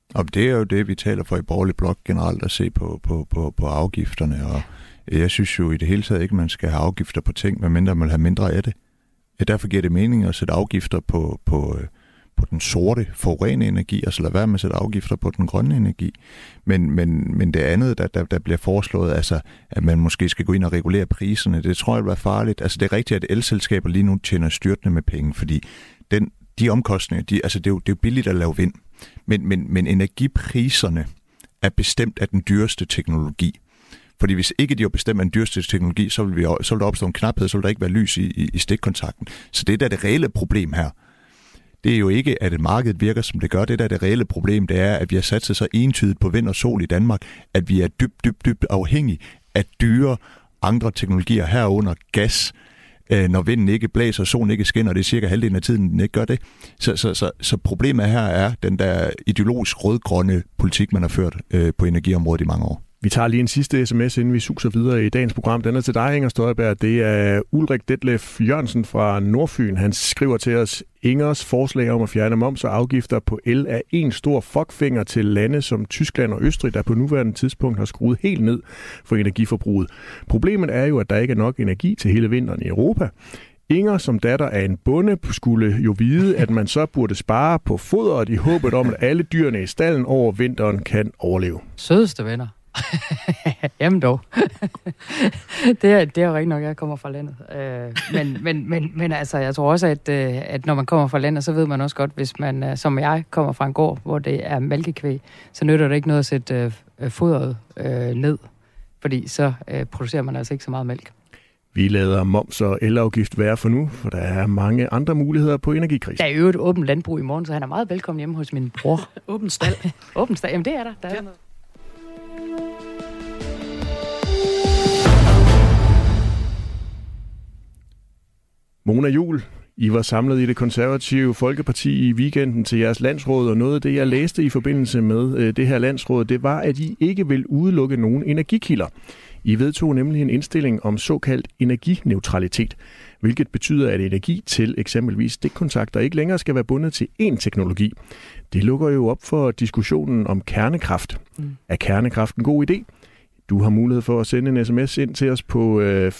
Og det er jo det, vi taler for i Borgerlig Blok generelt, at se på afgifterne. Og jeg synes jo i det hele taget ikke, man skal have afgifter på ting, medmindre man har mindre af det. Derfor giver det mening at sætte afgifter på den sorte, forurenende energi, og så lade være med at sætte afgifter på den grønne energi. Men det andet, der bliver foreslået, altså, at man måske skal gå ind og regulere priserne, det tror jeg vil være farligt. Altså, det er rigtigt, at elselskaber lige nu tjener styrtende med penge, fordi de omkostninger, det er jo billigt at lave vind. Men energipriserne er bestemt af den dyreste teknologi. Fordi hvis ikke de er bestemt af den dyreste teknologi, så vil der opstå en knaphed, så vil der ikke være lys i stikkontakten. Så det der er det reelle problem her. Det er jo ikke, at markedet virker, som det gør. Det der er det reelle problem, det er, at vi har sat sig så entydigt på vind og sol i Danmark, at vi er dybt afhængige af dyre andre teknologier herunder gas, når vinden ikke blæser og solen ikke skinner, og det er cirka halvdelen af tiden, den ikke gør det. Så problemet her er den der ideologisk rødgrønne politik, man har ført på energiområdet i mange år. Vi tager lige en sidste sms, inden vi suser videre i dagens program. Den er til dig, Inger Støjberg. Det er Ulrik Detlef Jørgensen fra Nordfyn. Han skriver til os, Ingers forslag om at fjerne moms og afgifter på el er en stor fuckfinger til lande som Tyskland og Østrig, der på nuværende tidspunkt har skruet helt ned for energiforbruget. Problemet er jo, at der ikke er nok energi til hele vinteren i Europa. Inger som datter af en bonde skulle jo vide, at man så burde spare på fodret i håbet om, at alle dyrene i stalden over vinteren kan overleve. Sødeste venner. Jamen dog. det er jo rigtig nok, at jeg kommer fra landet. Men altså, jeg tror også, at når man kommer fra landet, så ved man også godt, hvis man, som jeg, kommer fra en gård, hvor det er mælkekvæg, så nytter det ikke noget at sætte fodret ned, fordi så producerer man altså ikke så meget mælk. Vi lader moms og elafgift være for nu, for der er mange andre muligheder på energikrisen. Der er jo et åbent landbrug i morgen, så han er meget velkommen hjemme hos min bror. Åben stald. Åben stald, jamen det er der. Der er noget. Mona Juul, I var samlet i Det Konservative Folkeparti i weekenden til jeres landsråd, og noget af det, jeg læste i forbindelse med det her landsråd, det var, at I ikke vil udelukke nogen energikilder. I vedtog nemlig en indstilling om såkaldt energineutralitet, hvilket betyder, at energi til eksempelvis stikkontakter ikke længere skal være bundet til én teknologi. Det lukker jo op for diskussionen om kernekraft. Er kernekraft en god idé? Du har mulighed for at sende en sms ind til os på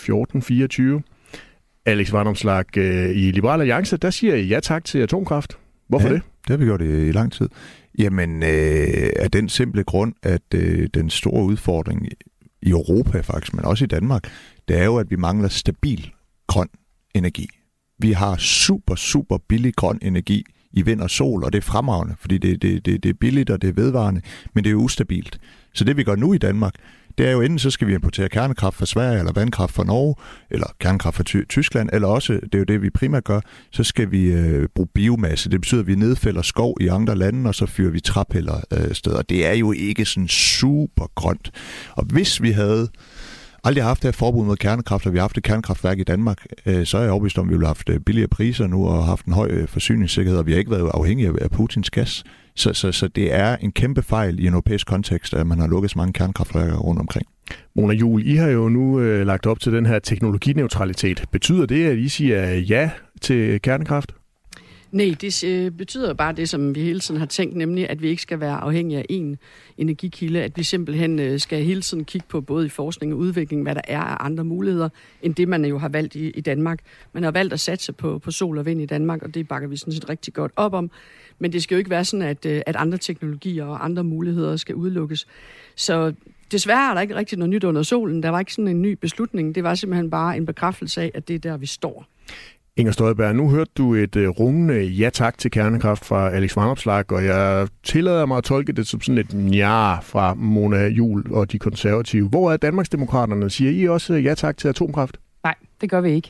1424. Alex Vanopslagh, i Liberal Alliance, der siger I ja tak til atomkraft. Hvorfor det? Det har vi gjort i lang tid. Jamen, af den simple grund, at den store udfordring i Europa faktisk, men også i Danmark, det er jo, at vi mangler stabil grøn energi. Vi har super billig grøn energi i vind og sol, og det er fremragende, fordi det er billigt, og det er vedvarende, men det er jo ustabilt. Så det vi gør nu i Danmark, det er jo enten så skal vi importere kernekraft fra Sverige, eller vandkraft fra Norge, eller kernekraft fra Tyskland, eller også, det er jo det vi primært gør, så skal vi bruge biomasse. Det betyder, at vi nedfælder skov i andre lande, og så fyrer vi træpiller steder. Det er jo ikke sådan super grønt. Og hvis vi havde aldrig haft det her forbud mod kernekraft, og vi har haft et kernekraftværk i Danmark, så er jeg overbevist om, at vi ville have haft billigere priser nu, og haft en høj forsyningssikkerhed, og vi har ikke været afhængige af Putins gas. Så det er en kæmpe fejl i en europæisk kontekst, at man har lukket så mange kernekraftværker rundt omkring. Mona Juul, I har jo nu lagt op til den her teknologineutralitet. Betyder det, at I siger ja til kernekraft? Nej, det betyder bare det, som vi hele tiden har tænkt, nemlig at vi ikke skal være afhængige af én energikilde, at vi simpelthen skal hele tiden kigge på både i forskning og udvikling, hvad der er af andre muligheder, end det man jo har valgt i Danmark. Man har valgt at satse på sol og vind i Danmark, og det bakker vi sådan set rigtig godt op om. Men det skal jo ikke være sådan, at andre teknologier og andre muligheder skal udelukkes. Så desværre er der ikke rigtig noget nyt under solen. Der var ikke sådan en ny beslutning. Det var simpelthen bare en bekræftelse af, at det er der, vi står. Inger Støjberg, nu hørte du et rungende ja tak til kernekraft fra Alex Vanopslagh, og jeg tillader mig at tolke det som sådan et nja fra Mona Juul og de konservative. Hvor er Danmarksdemokraterne? Siger I også ja tak til atomkraft? Nej, det gør vi ikke.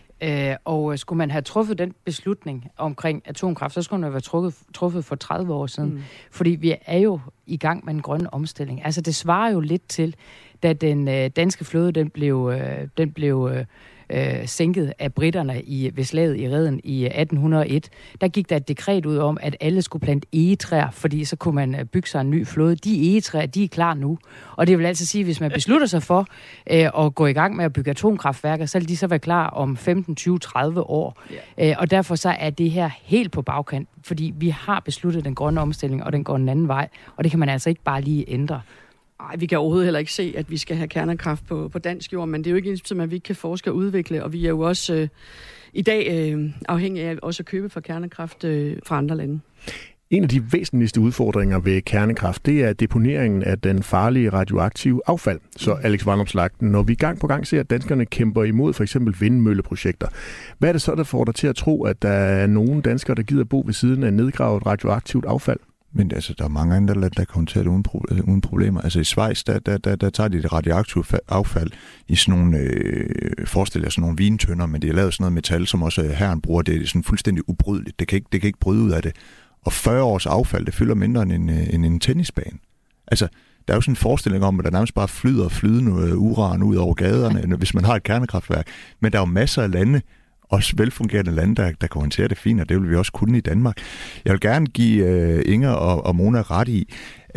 Og skulle man have truffet den beslutning omkring atomkraft, så skulle den have været truffet for 30 år siden. Fordi vi er jo i gang med en grøn omstilling. Altså det svarer jo lidt til, da den danske flåde den blev sænket af britterne ved slaget i Reden i 1801. Der gik der et dekret ud om, at alle skulle plante egetræer, fordi så kunne man bygge sig en ny flåde. De egetræer, de er klar nu. Og det vil altså sige, at hvis man beslutter sig for at gå i gang med at bygge atomkraftværker, så vil de så være klar om 15-20 20-30 år. Og derfor så er det her helt på bagkant, fordi vi har besluttet den grønne omstilling, og den går en anden vej, og det kan man altså ikke bare lige ændre. Ej, vi kan overhovedet heller ikke se, at vi skal have kernekraft på dansk jord, men det er jo ikke ensbetydende, at vi ikke kan forske og udvikle, og vi er jo også i dag afhængige af også at købe for kernekraft fra andre lande. En af de væsentligste udfordringer ved kernekraft, det er deponeringen af den farlige radioaktive affald. Så Alex Vanopslagh, når vi gang på gang ser, at danskerne kæmper imod for eksempel vindmølleprojekter, hvad er det så, der får dig til at tro, at der er nogle danskere, der gider bo ved siden af nedgravet radioaktivt affald? Men altså, der er mange andre lande, der kan håndtere det uden problemer. Altså i Schweiz, der tager de det radioaktive affald i sådan nogle, forestiller sådan nogle vintønder, men det er lavet sådan noget metal, som også herren bruger. Det er sådan fuldstændig ubrydeligt. Det kan ikke bryde ud af det. Og 40 års affald, det fylder mindre end en tennisbane. Altså, der er jo sådan en forestilling om, at der nærmest bare flydende uran ud over gaderne, hvis man har et kernekraftværk. Men der er jo masser af lande, også velfungerende lande, der kan håndtere det fint, og det vil vi også kunne i Danmark. Jeg vil gerne give Inger og Mona ret i,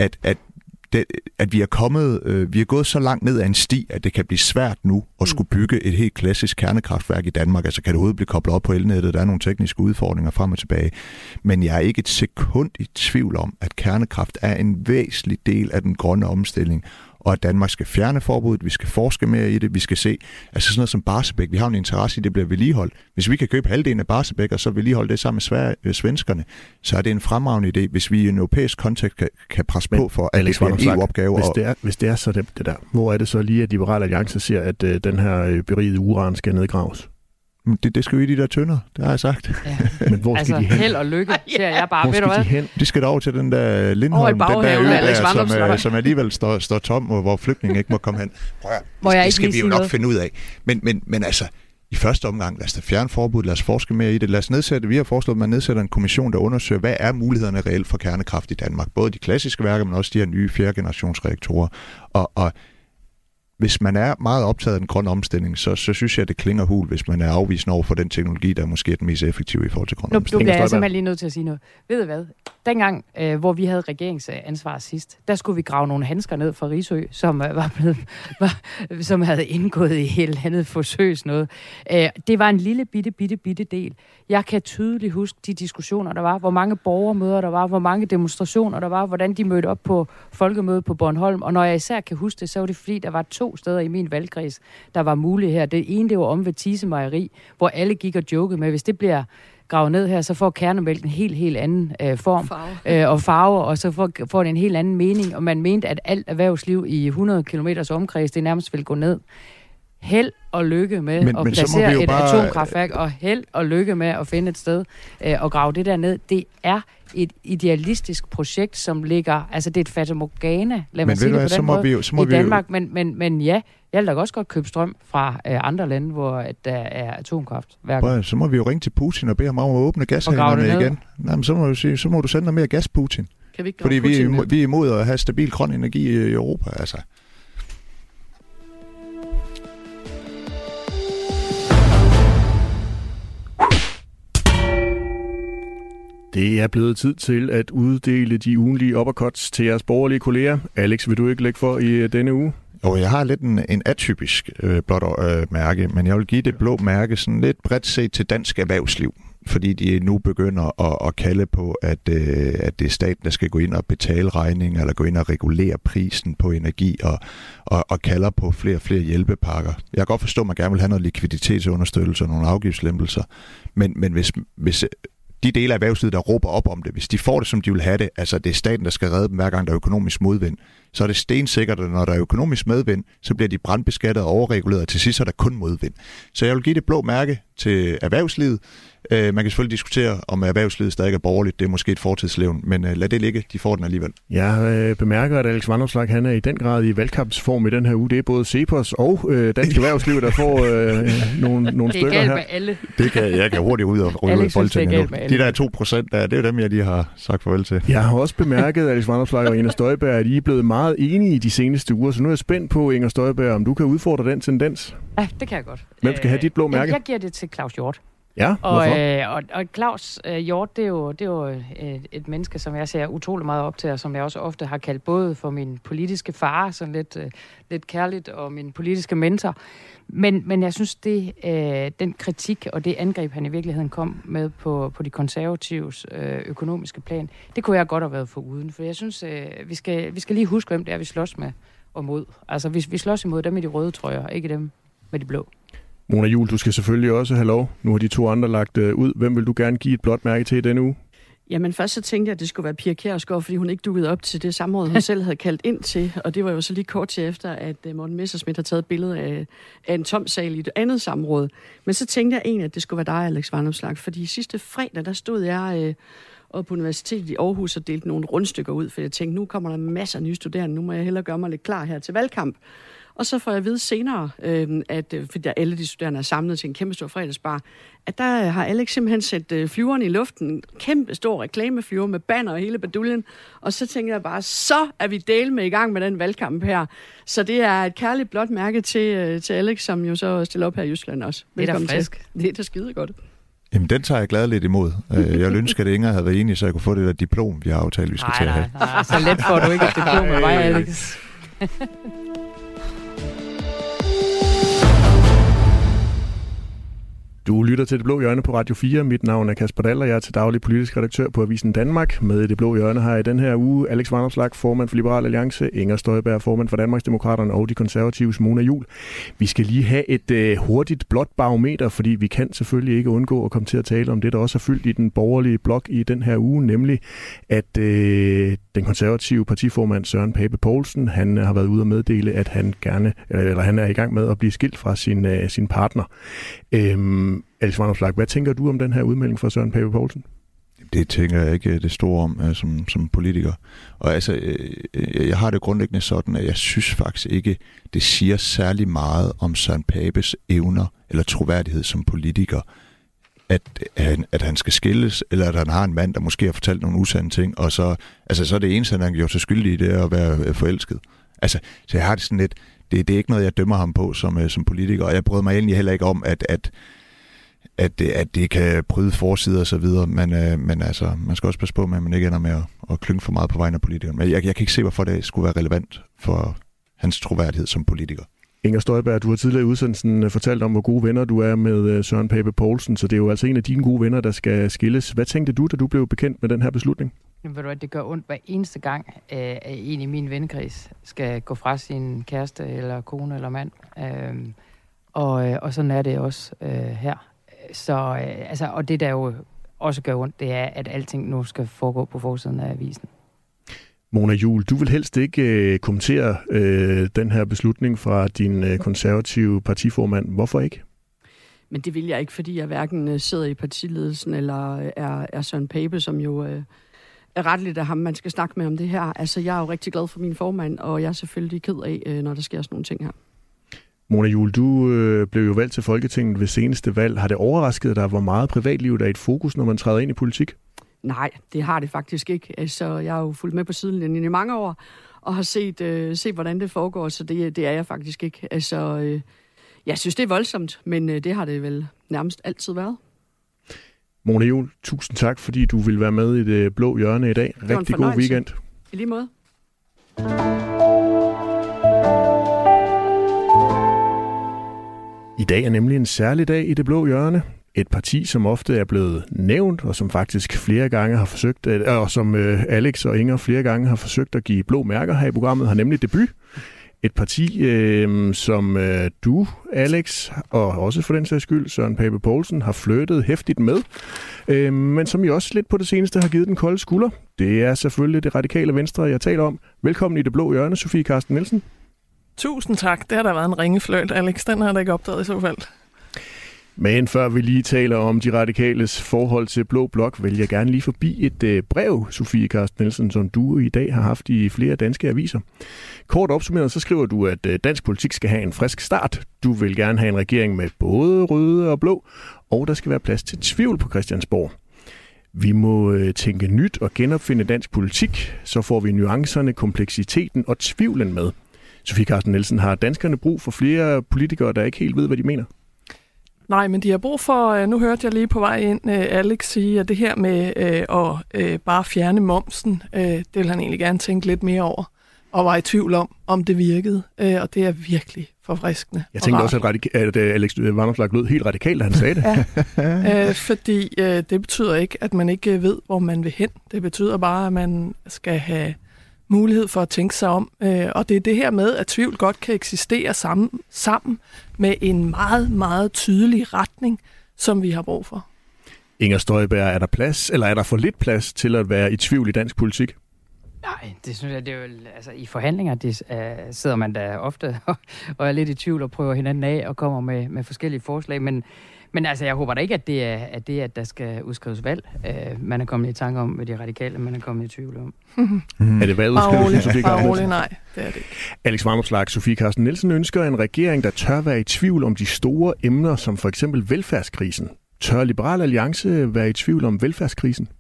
at vi er gået så langt ned ad en sti, at det kan blive svært nu at skulle bygge et helt klassisk kernekraftværk i Danmark. Altså kan det overhovedet blive koblet op på elnettet, der er nogle tekniske udfordringer frem og tilbage. Men jeg er ikke et sekund i tvivl om, at kernekraft er en væsentlig del af den grønne omstilling, og at Danmark skal fjerne forbuddet, vi skal forske mere i det, vi skal se, altså sådan noget som Barsebäck, vi har en interesse i, det bliver vedligeholdt. Hvis vi kan købe halvdelen af Barsebäck, og så vedligeholde det sammen med svenskerne, så er det en fremragende idé, hvis vi i en europæisk kontekst kan presse på for, at det bliver en EU-opgave. Hvis det er så det der, hvor er det så lige, at Liberal Alliance siger, at den her berigede uran skal nedgraves? Det skal jo i de der tønder, det har jeg sagt. Ja. Men hvor skal de hen? Held og lykke, siger jeg bare. Hvor skal de hen? De skal over til den der Lindholm, den der ø der, som alligevel står tom, og hvor flygtningen ikke må komme hen. Det skal vi jo nok finde ud af. Men altså, i første omgang, lad os da fjerne forbud, lad os forske mere i det. Lad os nedsætte, vi har foreslået, at man nedsætter en kommission, der undersøger, hvad er mulighederne reelt for kernekraft i Danmark. Både de klassiske værker, men også de her nye 4. generationsreaktorer. Og hvis man er meget optaget af den grønne omstilling, så synes jeg, at det klinger hul, hvis man er afvisende over for den teknologi, der er måske den mest effektive i forhold til grøn omstilling. Nu bliver jeg simpelthen lige nødt til at sige noget. Ved du hvad? Dengang, hvor vi havde regeringsansvar sidst, der skulle vi grave nogle handsker ned fra Risø, som havde indgået i helt andet forsøgsnået. Det var en lille bitte del. Jeg kan tydeligt huske de diskussioner, der var, hvor mange borgermøder der var, hvor mange demonstrationer der var, hvordan de mødte op på folkemødet på Bornholm. Og når jeg især kan huske det, så var det fordi, der var 2 steder i min valgkreds, der var mulige her. Det ene, det var om ved Thise Mejeri, hvor alle gik og jokede med, hvis det bliver gravet ned her, så får kernemælk en helt anden form og farve, og så får det en helt anden mening. Og man mente, at alt erhvervsliv i 100 kilometers omkreds, det nærmest ville gå ned. Held og lykke med at placere et atomkraftværk, og held og lykke med at finde et sted og grave det der ned. Det er et idealistisk projekt, som ligger, altså det er et fatamorgana, lad mig sige det på den måde, i Danmark, men ja, jeg vil da også godt købe strøm fra andre lande, hvor der er atomkraftværker. Så må vi jo ringe til Putin og bede ham om at åbne gashanerne igen. Jamen, så må du sende noget mere gas, Putin. Kan vi ikke fordi vi er imod at have stabil grøn energi i Europa, altså. Det er blevet tid til at uddele de ugenlige uppercuts til jeres borgerlige kolleger. Alex, vil du ikke lægge for i denne uge? Jo, jeg har lidt en atypisk blåt mærke, men jeg vil give det blå mærke sådan lidt bredt set til dansk erhvervsliv, fordi de nu begynder at kalde på, at det er staten, der skal gå ind og betale regninger, eller gå ind og regulere prisen på energi, og kalder på flere og flere hjælpepakker. Jeg kan godt forstå, at man gerne vil have noget likviditetsunderstøttelse og nogle afgiftslempelser, men hvis de dele af erhvervslivet, der råber op om det, hvis de får det, som de vil have det, altså det er staten, der skal redde dem, hver gang der er økonomisk modvind, så er det stensikkert, at når der er økonomisk medvind, så bliver de brandbeskattet og overreguleret, og til sidst er der kun modvind. Så jeg vil give det blå mærke til erhvervslivet. Man kan selvfølgelig diskutere, om erhvervslivet stadig er borgerligt. Det er måske et fortidslevn, men lad det ligge. De får den alligevel. Jeg bemærker, at Alex Vanopslagh, han er i den grad i valgkampsform i den her uge. Det er både Cepos og Dansk Erhvervsliv, der får nogle stykker her. Det er galt med alle. Jeg kan hurtigt ud og rulle ud i Folketinget nu. De der 2%, det er dem, jeg lige har sagt farvel til. Jeg har også bemærket, Alex Vanopslagh og Inger Støjberg, at I er blevet meget enige i de seneste uger, så nu er jeg spændt på, Inger Støjberg, om du kan udfordre den tendens. Ja, det kan jeg godt. Hvem skal have dit blå mærke? Jeg giver det til Claus Hjort. Ja, hvorfor? Og Claus Hjort, det er jo et menneske, som jeg ser utrolig meget op til, og som jeg også ofte har kaldt både for min politiske far, sådan lidt kærligt, og min politiske mentor. Men jeg synes, den kritik og det angreb, han i virkeligheden kom med på de konservatives økonomiske plan, det kunne jeg godt have været foruden. For jeg synes, vi skal lige huske, hvem det er, vi slås med og mod. Altså, vi slås imod dem i de røde trøjer, ikke dem med de blå. Mona Juul, du skal selvfølgelig også have lov. Nu har de to andre lagt ud. Hvem vil du gerne give et blåt mærke til i denne uge? Jamen først så tænkte jeg, at det skulle være Pia Kjærsgaard, fordi hun ikke dukkede op til det samråd, hun selv havde kaldt ind til. Og det var jo så lige kort til efter, at Morten Messerschmidt har taget et billede af en tom sal i et andet samråd. Men så tænkte jeg egentlig, at det skulle være dig, Alex Vanopslagh, fordi sidste fredag, der stod jeg oppe på Universitetet i Aarhus og delte nogle rundstykker ud, for jeg tænkte, nu kommer der masser af nye studerende, nu må jeg hellere gøre mig lidt klar her til valgkamp. Og så får jeg at vide senere, at fordi alle de studerende er samlet til en kæmpe stor fredagsbar, at der har Alex simpelthen sat flyverne i luften, en kæmpe stor reklameflyver med banner og hele baduljen. Og så tænker jeg bare, så er vi dele med i gang med den valgkamp her. Så det er et kærligt blåt mærke til Alex, som jo så stiller op her i Jylland også. Velkommen det er da frisk. Det er da skide godt. Jamen, den tager jeg gladeligt imod. Jeg ville ønske, at Inger havde været enig, så jeg kunne få det der diplom, vi har aftalt, vi skal til at have. Nej, så let får du ikke et diplom med mig, Alex. Du lytter til Det Blå Hjørne på Radio 4. Mit navn er Kasper Dahl, og jeg er til daglig politisk redaktør på Avisen Danmark. Med i Det Blå Hjørne har jeg i den her uge Alex Vanopslagh, formand for Liberal Alliance, Inger Støjberg, formand for Danmarksdemokraterne og de konservatives Mona Juul. Vi skal lige have et hurtigt blåt barometer, fordi vi kan selvfølgelig ikke undgå at komme til at tale om det, der også er fyldt i den borgerlige blok i den her uge, nemlig at den konservative partiformand Søren Pape Poulsen, han har været ude at meddele, at han han er i gang med at blive skilt fra sin partner. Alex Vanopslagh, hvad tænker du om den her udmelding fra Søren Pape Poulsen? Det tænker jeg ikke det store om som politiker. Og altså, jeg har det grundlæggende sådan, at jeg synes faktisk ikke, det siger særlig meget om Søren Papes evner eller troværdighed som politiker, at han skal skilles, eller at han har en mand, der måske har fortalt nogle usande ting, og så er det eneste, han har gjort sig skyldig i, det at være forelsket. Altså, så jeg har det sådan lidt, det er ikke noget, jeg dømmer ham på som politiker, og jeg bryder mig egentlig heller ikke om, at det kan bryde forsider og så videre, men altså, man skal også passe på, at man ikke ender med at klynge for meget på vegne af politikeren. Men jeg kan ikke se, hvorfor det skulle være relevant for hans troværdighed som politiker. Inger Støjberg, du har tidligere i udsendelsen fortalt om, hvor gode venner du er med Søren Pape Poulsen, så det er jo altså en af dine gode venner, der skal skilles. Hvad tænkte du, da du blev bekendt med den her beslutning? Jamen, ved du hvad, det gør ondt hver eneste gang, at en i min vennekreds skal gå fra sin kæreste eller kone eller mand. Og sådan er det også her. Så, og det, der jo også gør ondt, det er, at alting nu skal foregå på forsiden af avisen. Mona Juul, du vil helst ikke kommentere den her beslutning fra din konservative partiformand. Hvorfor ikke? Men det vil jeg ikke, fordi jeg hverken sidder i partiledelsen eller er Søren Pape, som jo er retligt af ham, man skal snakke med om det her. Altså, jeg er jo rigtig glad for min formand, og jeg er selvfølgelig ked af, når der sker sådan nogle ting her. Mona Juul, du blev jo valgt til Folketinget ved seneste valg. Har det overrasket dig, hvor meget privatlivet er et fokus, når man træder ind i politik? Nej, det har det faktisk ikke. Altså, jeg har jo fulgt med på sidelinjen i mange år, og har set hvordan det foregår, så det er jeg faktisk ikke. Altså, jeg synes, det er voldsomt, men det har det vel nærmest altid været. Mona Juul, tusind tak, fordi du vil være med i Det Blå Hjørne i dag. Rigtig god weekend. I lige måde. I dag er nemlig en særlig dag i Det Blå Hjørne. Et parti, som ofte er blevet nævnt, og som faktisk flere gange har forsøgt, og som Alex og Inger flere gange har forsøgt at give blå mærker her i programmet, har nemlig debut. Et parti, som du, Alex, og også for den sags skyld, Søren Pape Poulsen, har flirtet hæftigt med, men som I også lidt på det seneste har givet den kolde skulder. Det er selvfølgelig Det Radikale Venstre, jeg taler om. Velkommen i Det Blå Hjørne, Sofie Carsten Nielsen. Tusind tak. Det har der været en ringefløjt, Alex. Den har der ikke opdaget i så fald. Men før vi lige taler om De Radikales forhold til Blå Blok, vil jeg gerne lige forbi et brev, Sofie Carsten Nielsen, som du i dag har haft i flere danske aviser. Kort opsummeret, så skriver du, at dansk politik skal have en frisk start. Du vil gerne have en regering med både røde og blå, og der skal være plads til tvivl på Christiansborg. Vi må tænke nyt og genopfinde dansk politik, så får vi nuancerne, kompleksiteten og tvivlen med. Sofie Carsten Nielsen, har danskerne brug for flere politikere, der ikke helt ved, hvad de mener? Nej, men de har brug for, nu hørte jeg lige på vej ind, Alex sige, at det her med at bare fjerne momsen, det vil han egentlig gerne tænke lidt mere over, og var i tvivl om det virkede, og det er virkelig forfriskende. Jeg tænkte også, at Alex Vanopslagh lød helt radikalt, da han sagde det. Fordi det betyder ikke, at man ikke ved, hvor man vil hen. Det betyder bare, at man skal have mulighed for at tænke sig om. Og det er det her med, at tvivl godt kan eksistere sammen med en meget, meget tydelig retning, som vi har brug for. Inger Støjberg, er der plads, eller er der for lidt plads til at være i tvivl i dansk politik? Nej, det synes jeg, det er jo, altså i forhandlinger sidder man da ofte og er lidt i tvivl og prøver hinanden af og kommer med forskellige forslag, men altså jeg håber da ikke, at det er at der skal udskrives valg. Man er kommet i tanke om, hvad de radikale, man er kommet i tvivl om. Er det valgudskrivelsen, Sofie Carsten Nielsen? Nej, det er det ikke. Alex Vanopslagh, Sofie Carsten Nielsen ønsker en regering, der tør være i tvivl om de store emner, som for eksempel velfærdskrisen. Tør Liberal Alliance være i tvivl om velfærdskrisen?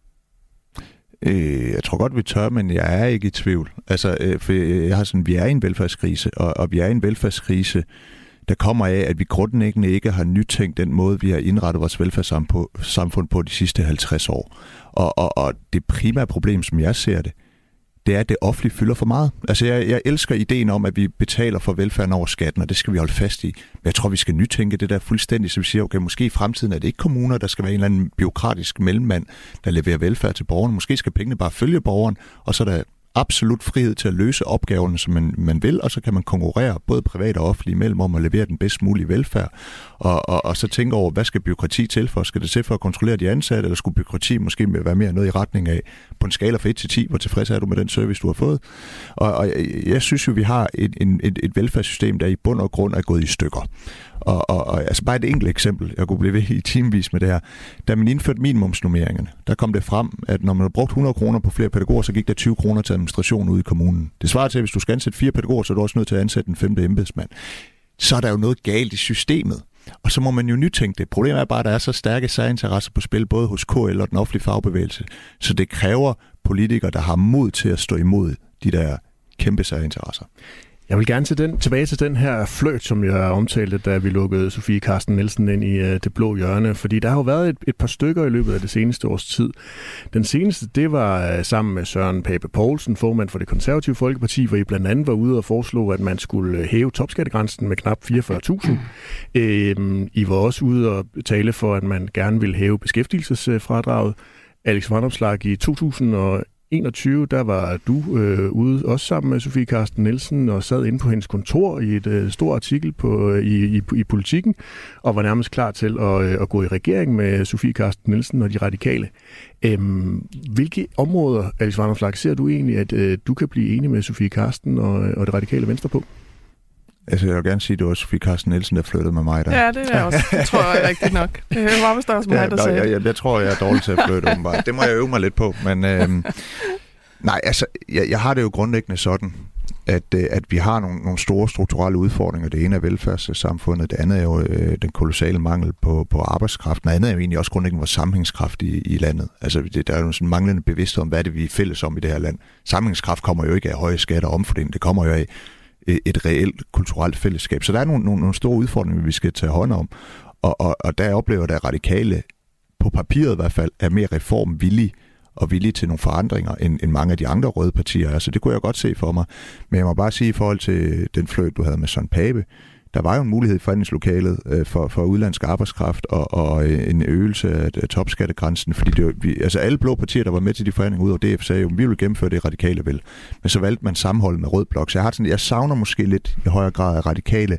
Jeg tror godt, vi tør, men jeg er ikke i tvivl. Altså, for jeg har sådan, vi er i en velfærdskrise, og vi er i en velfærdskrise, der kommer af, at vi grundlæggende ikke har nytænkt den måde, vi har indrettet vores velfærdssamfund på de sidste 50 år. Og det primære problem, som jeg ser det er, at det offentlige fylder for meget. Altså, jeg elsker ideen om, at vi betaler for velfærden over skatten, og det skal vi holde fast i. Men jeg tror, vi skal nytænke det der fuldstændig, så vi siger, okay, måske i fremtiden er det ikke kommuner, der skal være en eller anden bureaukratisk mellemmand, der leverer velfærd til borgerne. Måske skal pengene bare følge borgeren, og så er der absolut frihed til at løse opgaverne, som man vil, og så kan man konkurrere både privat og offentligt imellem om at levere den bedst mulige velfærd. Og så tænke over, hvad skal bureaukrati til for? Skal det til for at kontrollere de ansatte, eller skulle bureaukrati måske være mere noget i retning af, på en skala fra 1 til 10, hvor tilfreds er du med den service, du har fået? Og jeg synes jo, vi har et velfærdssystem, der i bund og grund er gået i stykker. Og altså bare et enkelt eksempel, jeg kunne blive ved i timevis med det her. Da man indførte minimumsnormeringerne, der kom det frem, at når man har brugt 100 kroner på flere pædagoger, så gik der 20 kroner til administration ude i kommunen. Det svarer til, at hvis du skal ansætte 4 pædagoger, så er du også nødt til at ansætte en 5. embedsmand. Så er der jo noget galt i systemet. Og så må man jo nytænke det. Problemet er bare, at der er så stærke særinteresser på spil, både hos KL og den offentlige fagbevægelse. Så det kræver politikere, der har mod til at stå imod de der kæmpe særinteresser. Jeg vil gerne tilbage til den her flirt, som jeg omtalte, da vi lukkede Sofie Carsten Nielsen ind i det blå hjørne, fordi der har jo været et par stykker i løbet af det seneste års tid. Den seneste, det var sammen med Søren Pape Poulsen, formand for Det Konservative Folkeparti, hvor I blandt andet var ude og foreslå, at man skulle hæve topskattegrænsen med knap 44.000. I var også ude og tale for, at man gerne ville hæve beskæftigelsesfradraget. Alex Vanopslagh, i 2021, der var du ude også sammen med Sofie Carsten Nielsen og sad inde på hendes kontor i et stort artikel i Politikken og var nærmest klar til at gå i regering med Sofie Carsten Nielsen og de radikale. Hvilke områder, Alex Vanopslagh, ser du egentlig, at du kan blive enig med Sofie Carsten og det radikale venstre på? Altså, jeg vil gerne sige, at det var Sofie Carsten Nielsen, der flyttede med mig der. Ja, det er også. Det tror jeg rigtigt nok. Det var vist også mig, der sagde. Jeg tror, jeg er dårlig til at flytte, åbenbart. Det må jeg øve mig lidt på. Men nej, altså, jeg har det jo grundlæggende sådan, at vi har nogle store strukturelle udfordringer. Det ene er velfærdssamfundet, det andet er jo den kolossale mangel på arbejdskraft. Det andet er jo egentlig også grundlæggende vores sammenhængskraft i landet. Altså, der er jo sådan manglende bevidsthed om, hvad det vi er fælles om i det her land. Sammenhængskraft kommer jo ikke af høje skatter og omfordeling. Det kommer jo af et reelt kulturelt fællesskab. Så der er nogle store udfordringer, vi skal tage hånd om. Og der oplever der radikale, på papiret i hvert fald, er mere reformvillige og villige til nogle forandringer, end mange af de andre røde partier er. Så det kunne jeg godt se for mig. Men jeg må bare sige, i forhold til den flirt, du havde med Søren Pape, der var jo en mulighed i forhandlingslokalet for udlandsk arbejdskraft og en øgelse af topskattegrænsen, fordi altså alle blå partier, der var med til de forhandlinger ud af DF, sagde jo, at vi vil gennemføre det radikale vil. Men så valgte man sammenholdet med rød blok. Så jeg savner måske lidt i højere grad af radikale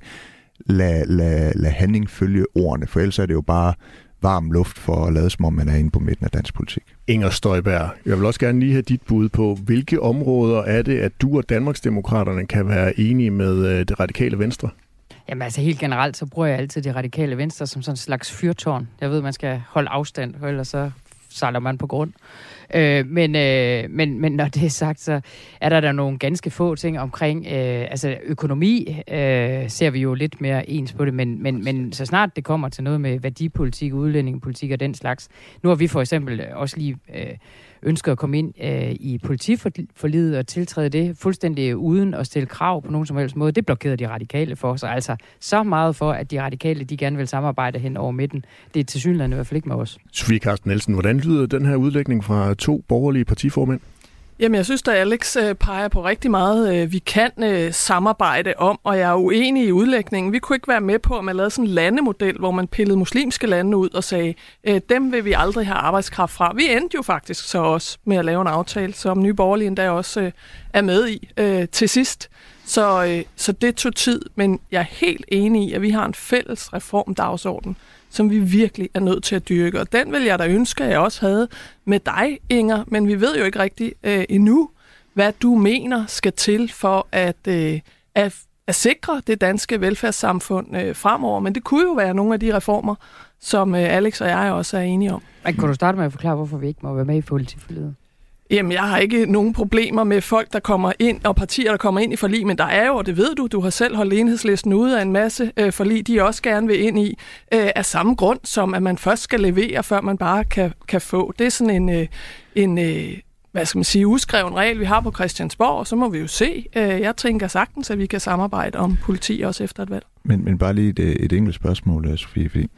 lad handling følge ordene, for ellers er det jo bare varm luft for at lade som om man er inde på midten af dansk politik. Inger Støjberg, jeg vil også gerne lige have dit bud på, hvilke områder er det, at du og Danmarksdemokraterne kan være enige med det radikale venstre? Jamen altså helt generelt, så bruger jeg altid det radikale venstre som sådan en slags fyrtårn. Jeg ved, man skal holde afstand, for ellers så sejler man på grund. Men når det er sagt, så er der nogle ganske få ting omkring, altså økonomi ser vi jo lidt mere ens på det, men så snart det kommer til noget med værdipolitik, udlændingepolitik og den slags. Nu har vi for eksempel også lige ønsker at komme ind i politiforliget og tiltræde det fuldstændig uden at stille krav på nogen som helst måde. Det blokerede de radikale for sig. Altså så meget for, at de radikale de gerne vil samarbejde hen over midten. Det er tilsyneladende i hvert fald ikke med os. Sofie Carsten Nielsen, hvordan lyder den her udlægning fra 2 borgerlige partiformænd? Jamen, jeg synes, at Alex peger på rigtig meget, vi kan samarbejde om, og jeg er uenig i udlægningen. Vi kunne ikke være med på, at man lavede sådan en landemodel, hvor man pillede muslimske lande ud og sagde, dem vil vi aldrig have arbejdskraft fra. Vi endte jo faktisk så også med at lave en aftale, som Nye Borgerlige endda også er med i til sidst. Så det tog tid, men jeg er helt enig i, at vi har en fælles reformdagsorden, som vi virkelig er nødt til at dyrke. Og den vil jeg da ønske, at jeg også havde med dig, Inger. Men vi ved jo ikke rigtig endnu, hvad du mener skal til for at sikre det danske velfærdssamfund fremover. Men det kunne jo være nogle af de reformer, som Alex og jeg også er enige om. Kan du starte med at forklare, hvorfor vi ikke må være med i politiforliget? Jamen, jeg har ikke nogen problemer med folk, der kommer ind, og partier, der kommer ind i forlig, men der er jo, og det ved du har selv holdt Enhedslisten ude af en masse forlig, de også gerne vil ind i, af samme grund, som at man først skal levere, før man bare kan få. Det er sådan en hvad skal man sige, uskreven regel, vi har på Christiansborg, og så må vi jo se. Jeg tænker sagtens, at vi kan samarbejde om politi også efter et valg. Men bare lige et enkelt spørgsmål, Sofie, fordi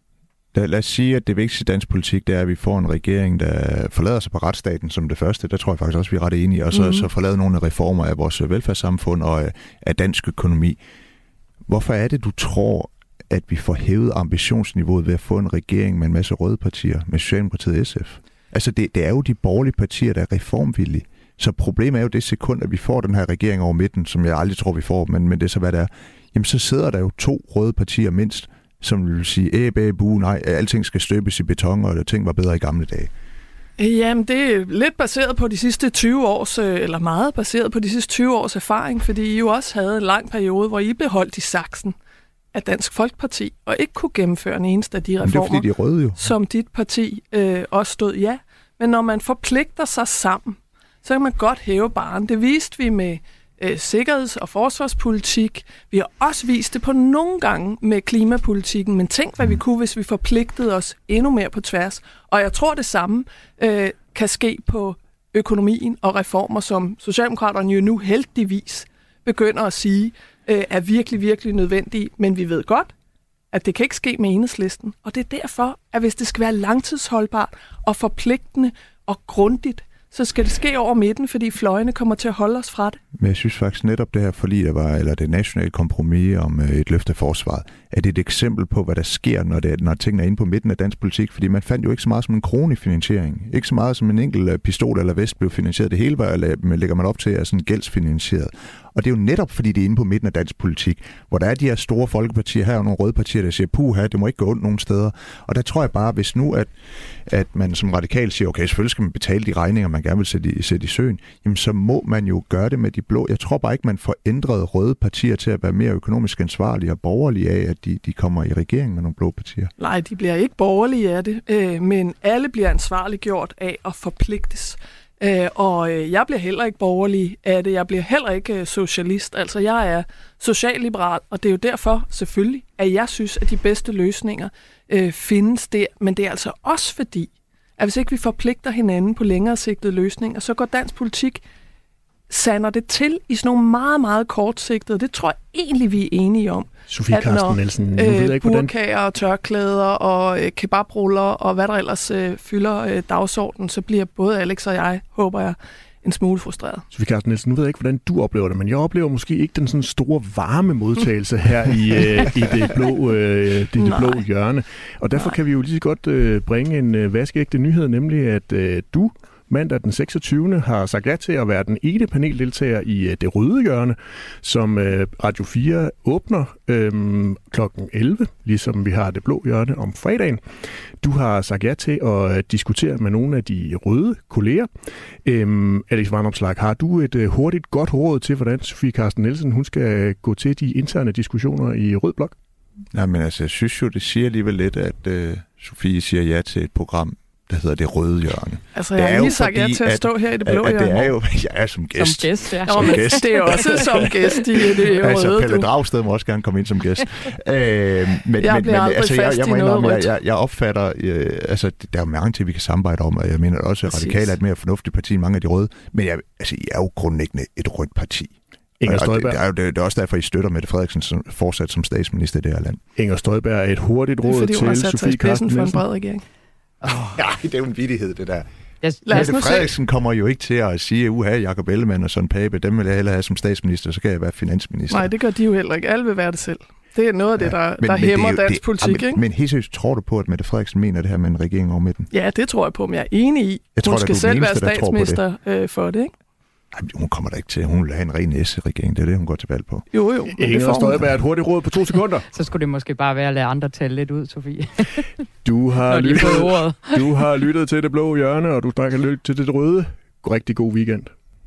lad os sige, at det vigtigste i dansk politik, det er, at vi får en regering, der forlader sig på retsstaten som det første. Der tror jeg faktisk også, vi er ret enige. Og så forlader nogle reformer af vores velfærdssamfund og af dansk økonomi. Hvorfor er det, du tror, at vi får hævet ambitionsniveauet ved at få en regering med en masse røde partier, med Socialdemokratiet og SF? Altså, det er jo de borgerlige partier, der er reformvillige. Så problemet er jo det sekund, at vi får den her regering over midten, som jeg aldrig tror, vi får, men det er så, hvad det er. Jamen, så sidder der jo 2 røde partier mindst, som vil sige, nej, alting skal støbes i beton, og ting var bedre i gamle dage. Jamen, det er lidt baseret på de sidste 20 års, eller meget baseret på de sidste 20 års erfaring, fordi I jo også havde en lang periode, hvor I beholdt i saksen af Dansk Folkeparti, og ikke kunne gennemføre en eneste af de reformer, fordi de er røde, jo. Som dit parti også stod, ja. Men når man forpligter sig sammen, så kan man godt hæve barren. Det viste vi med sikkerheds- og forsvarspolitik. Vi har også vist det på nogle gange med klimapolitikken, men tænk, hvad vi kunne, hvis vi forpligtede os endnu mere på tværs. Og jeg tror, det samme kan ske på økonomien og reformer, som Socialdemokraterne jo nu heldigvis begynder at sige, er virkelig, virkelig nødvendige. Men vi ved godt, at det kan ikke ske med Enhedslisten. Og det er derfor, at hvis det skal være langtidsholdbart og forpligtende og grundigt, så skal det ske over midten, fordi fløjene kommer til at holde os fra det. Men jeg synes faktisk netop det her forlig, der var, eller det nationale kompromis om et løft af forsvaret, er det et eksempel på, hvad der sker, når tingene er inde på midten af dansk politik, fordi man fandt jo ikke så meget som en kronefinansiering. Ikke så meget som en enkelt pistol eller vest blev finansieret. Det hele lægger man op til er sådan gældsfinansieret. Og det er jo netop, fordi det er inde på midten af dansk politik, hvor der er de her store folkepartier, her og nogle røde partier, der siger, puha, det må ikke gå ondt nogen steder. Og der tror jeg bare, hvis nu, at man som radikal siger, okay, selvfølgelig skal man betale de regninger, man gerne vil sætte i søen, jamen så må man jo gøre det med de blå. Jeg tror bare ikke, man får ændret røde partier til at være mere økonomisk ansvarlige og borgerlige af, at de kommer i regering med nogle blå partier. Nej, de bliver ikke borgerlige af det, men alle bliver ansvarliggjort af at forpligtes. Og jeg bliver heller ikke borgerlig af det. Jeg bliver heller ikke socialist. Altså, jeg er socialliberal, og det er jo derfor selvfølgelig, at jeg synes, at de bedste løsninger findes der. Men det er altså også fordi, at hvis ikke vi forpligter hinanden på længere sigtede løsninger, så går dansk politik, sander det til i sådan nogle meget, meget kortsigtede. Det tror jeg egentlig, vi er enige om. Sofie Carsten Nielsen, burkaer og tørklæder og kebabruller og hvad der ellers fylder dagsordenen, så bliver både Alex og jeg, håber jeg, en smule frustreret. Sofie Carsten Nielsen, nu ved jeg ikke, hvordan du oplever det, men jeg oplever måske ikke den sådan store varme modtagelse her i det blå hjørne. Og derfor kan vi jo lige så godt bringe en vaskeægte nyhed, nemlig at du mandag den 26. har sagt ja til at være den ene paneldeltager i det røde hjørne, som Radio 4 åbner kl. 11, ligesom vi har det blå hjørne om fredagen. Du har sagt ja til at diskutere med nogle af de røde kolleger. Alex Vanopslagh, har du et hurtigt godt råd til, hvordan Sofie Carsten Nielsen hun skal gå til de interne diskussioner i Rød Blok? Nej, men altså, jeg synes jo, det siger alligevel lidt, at Sofie siger ja til et program, der hedder det røde hjørne. Altså, jeg har lige sagt ja til at stå her i det blå hjørne. Det er jo, jeg er som gæst. Som gæst, ja. Som gæst. Det er også som gæst i det røde. Altså, Pelle Dragsted må også gerne komme ind som gæst. Men jeg opfatter, altså, der er jo mange ting, vi kan samarbejde om, og jeg mener også, at Radikale er et mere fornuftigt parti end mange af de røde. Men I er jo grundlæggende et rødt parti. Inger Støjberg. Det er også derfor, I støtter Mette Frederiksen fortsat som statsminister i det her land. Inger Støjberg er et hurtigt råd til Sofie Carsten Nielsen. for en bred regering. Ja, det er jo en vittighed, det der. Mette Frederiksen kommer jo ikke til at sige, Jakob Ellemann og Søren Pape, dem vil jeg hellere have som statsminister, så kan jeg være finansminister. Nej, det gør de jo heller ikke. Alle vil være det selv. Det er noget af det, der hæmmer dansk politik, ikke? Men helt seriøst, tror du på, at Mette Frederiksen mener det her med en regering over midten? Ja, det tror jeg på, men jeg er enig i. Hun skal selv være statsminister for det, ikke? Ej, hun kommer da ikke til. Hun vil have en ren S-regering. Det er det, hun går til valg på. Jo. Inger Støjberg et hurtigt råd på 2 sekunder. Så skulle det måske bare være at lade andre tale lidt ud, Sofie. Du har lyttet til Det Blå Hjørne, og du snakker lyttet til Det Røde. Rigtig god weekend.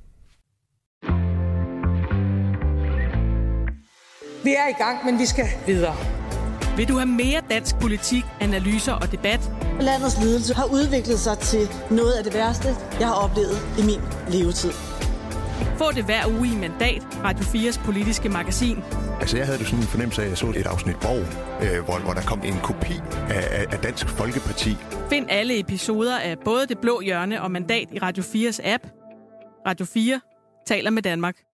Vi er i gang, men vi skal videre. Vil du have mere dansk politik, analyser og debat? Landets ledelse har udviklet sig til noget af det værste, jeg har oplevet i min levetid. Få det hver uge i Mandat, Radio 4's politiske magasin. Altså, jeg havde det sådan en fornemmelse af, at jeg så et afsnit hvor der kom en kopi af Dansk Folkeparti. Find alle episoder af både Det Blå Hjørne og Mandat i Radio 4's app. Radio 4 taler med Danmark.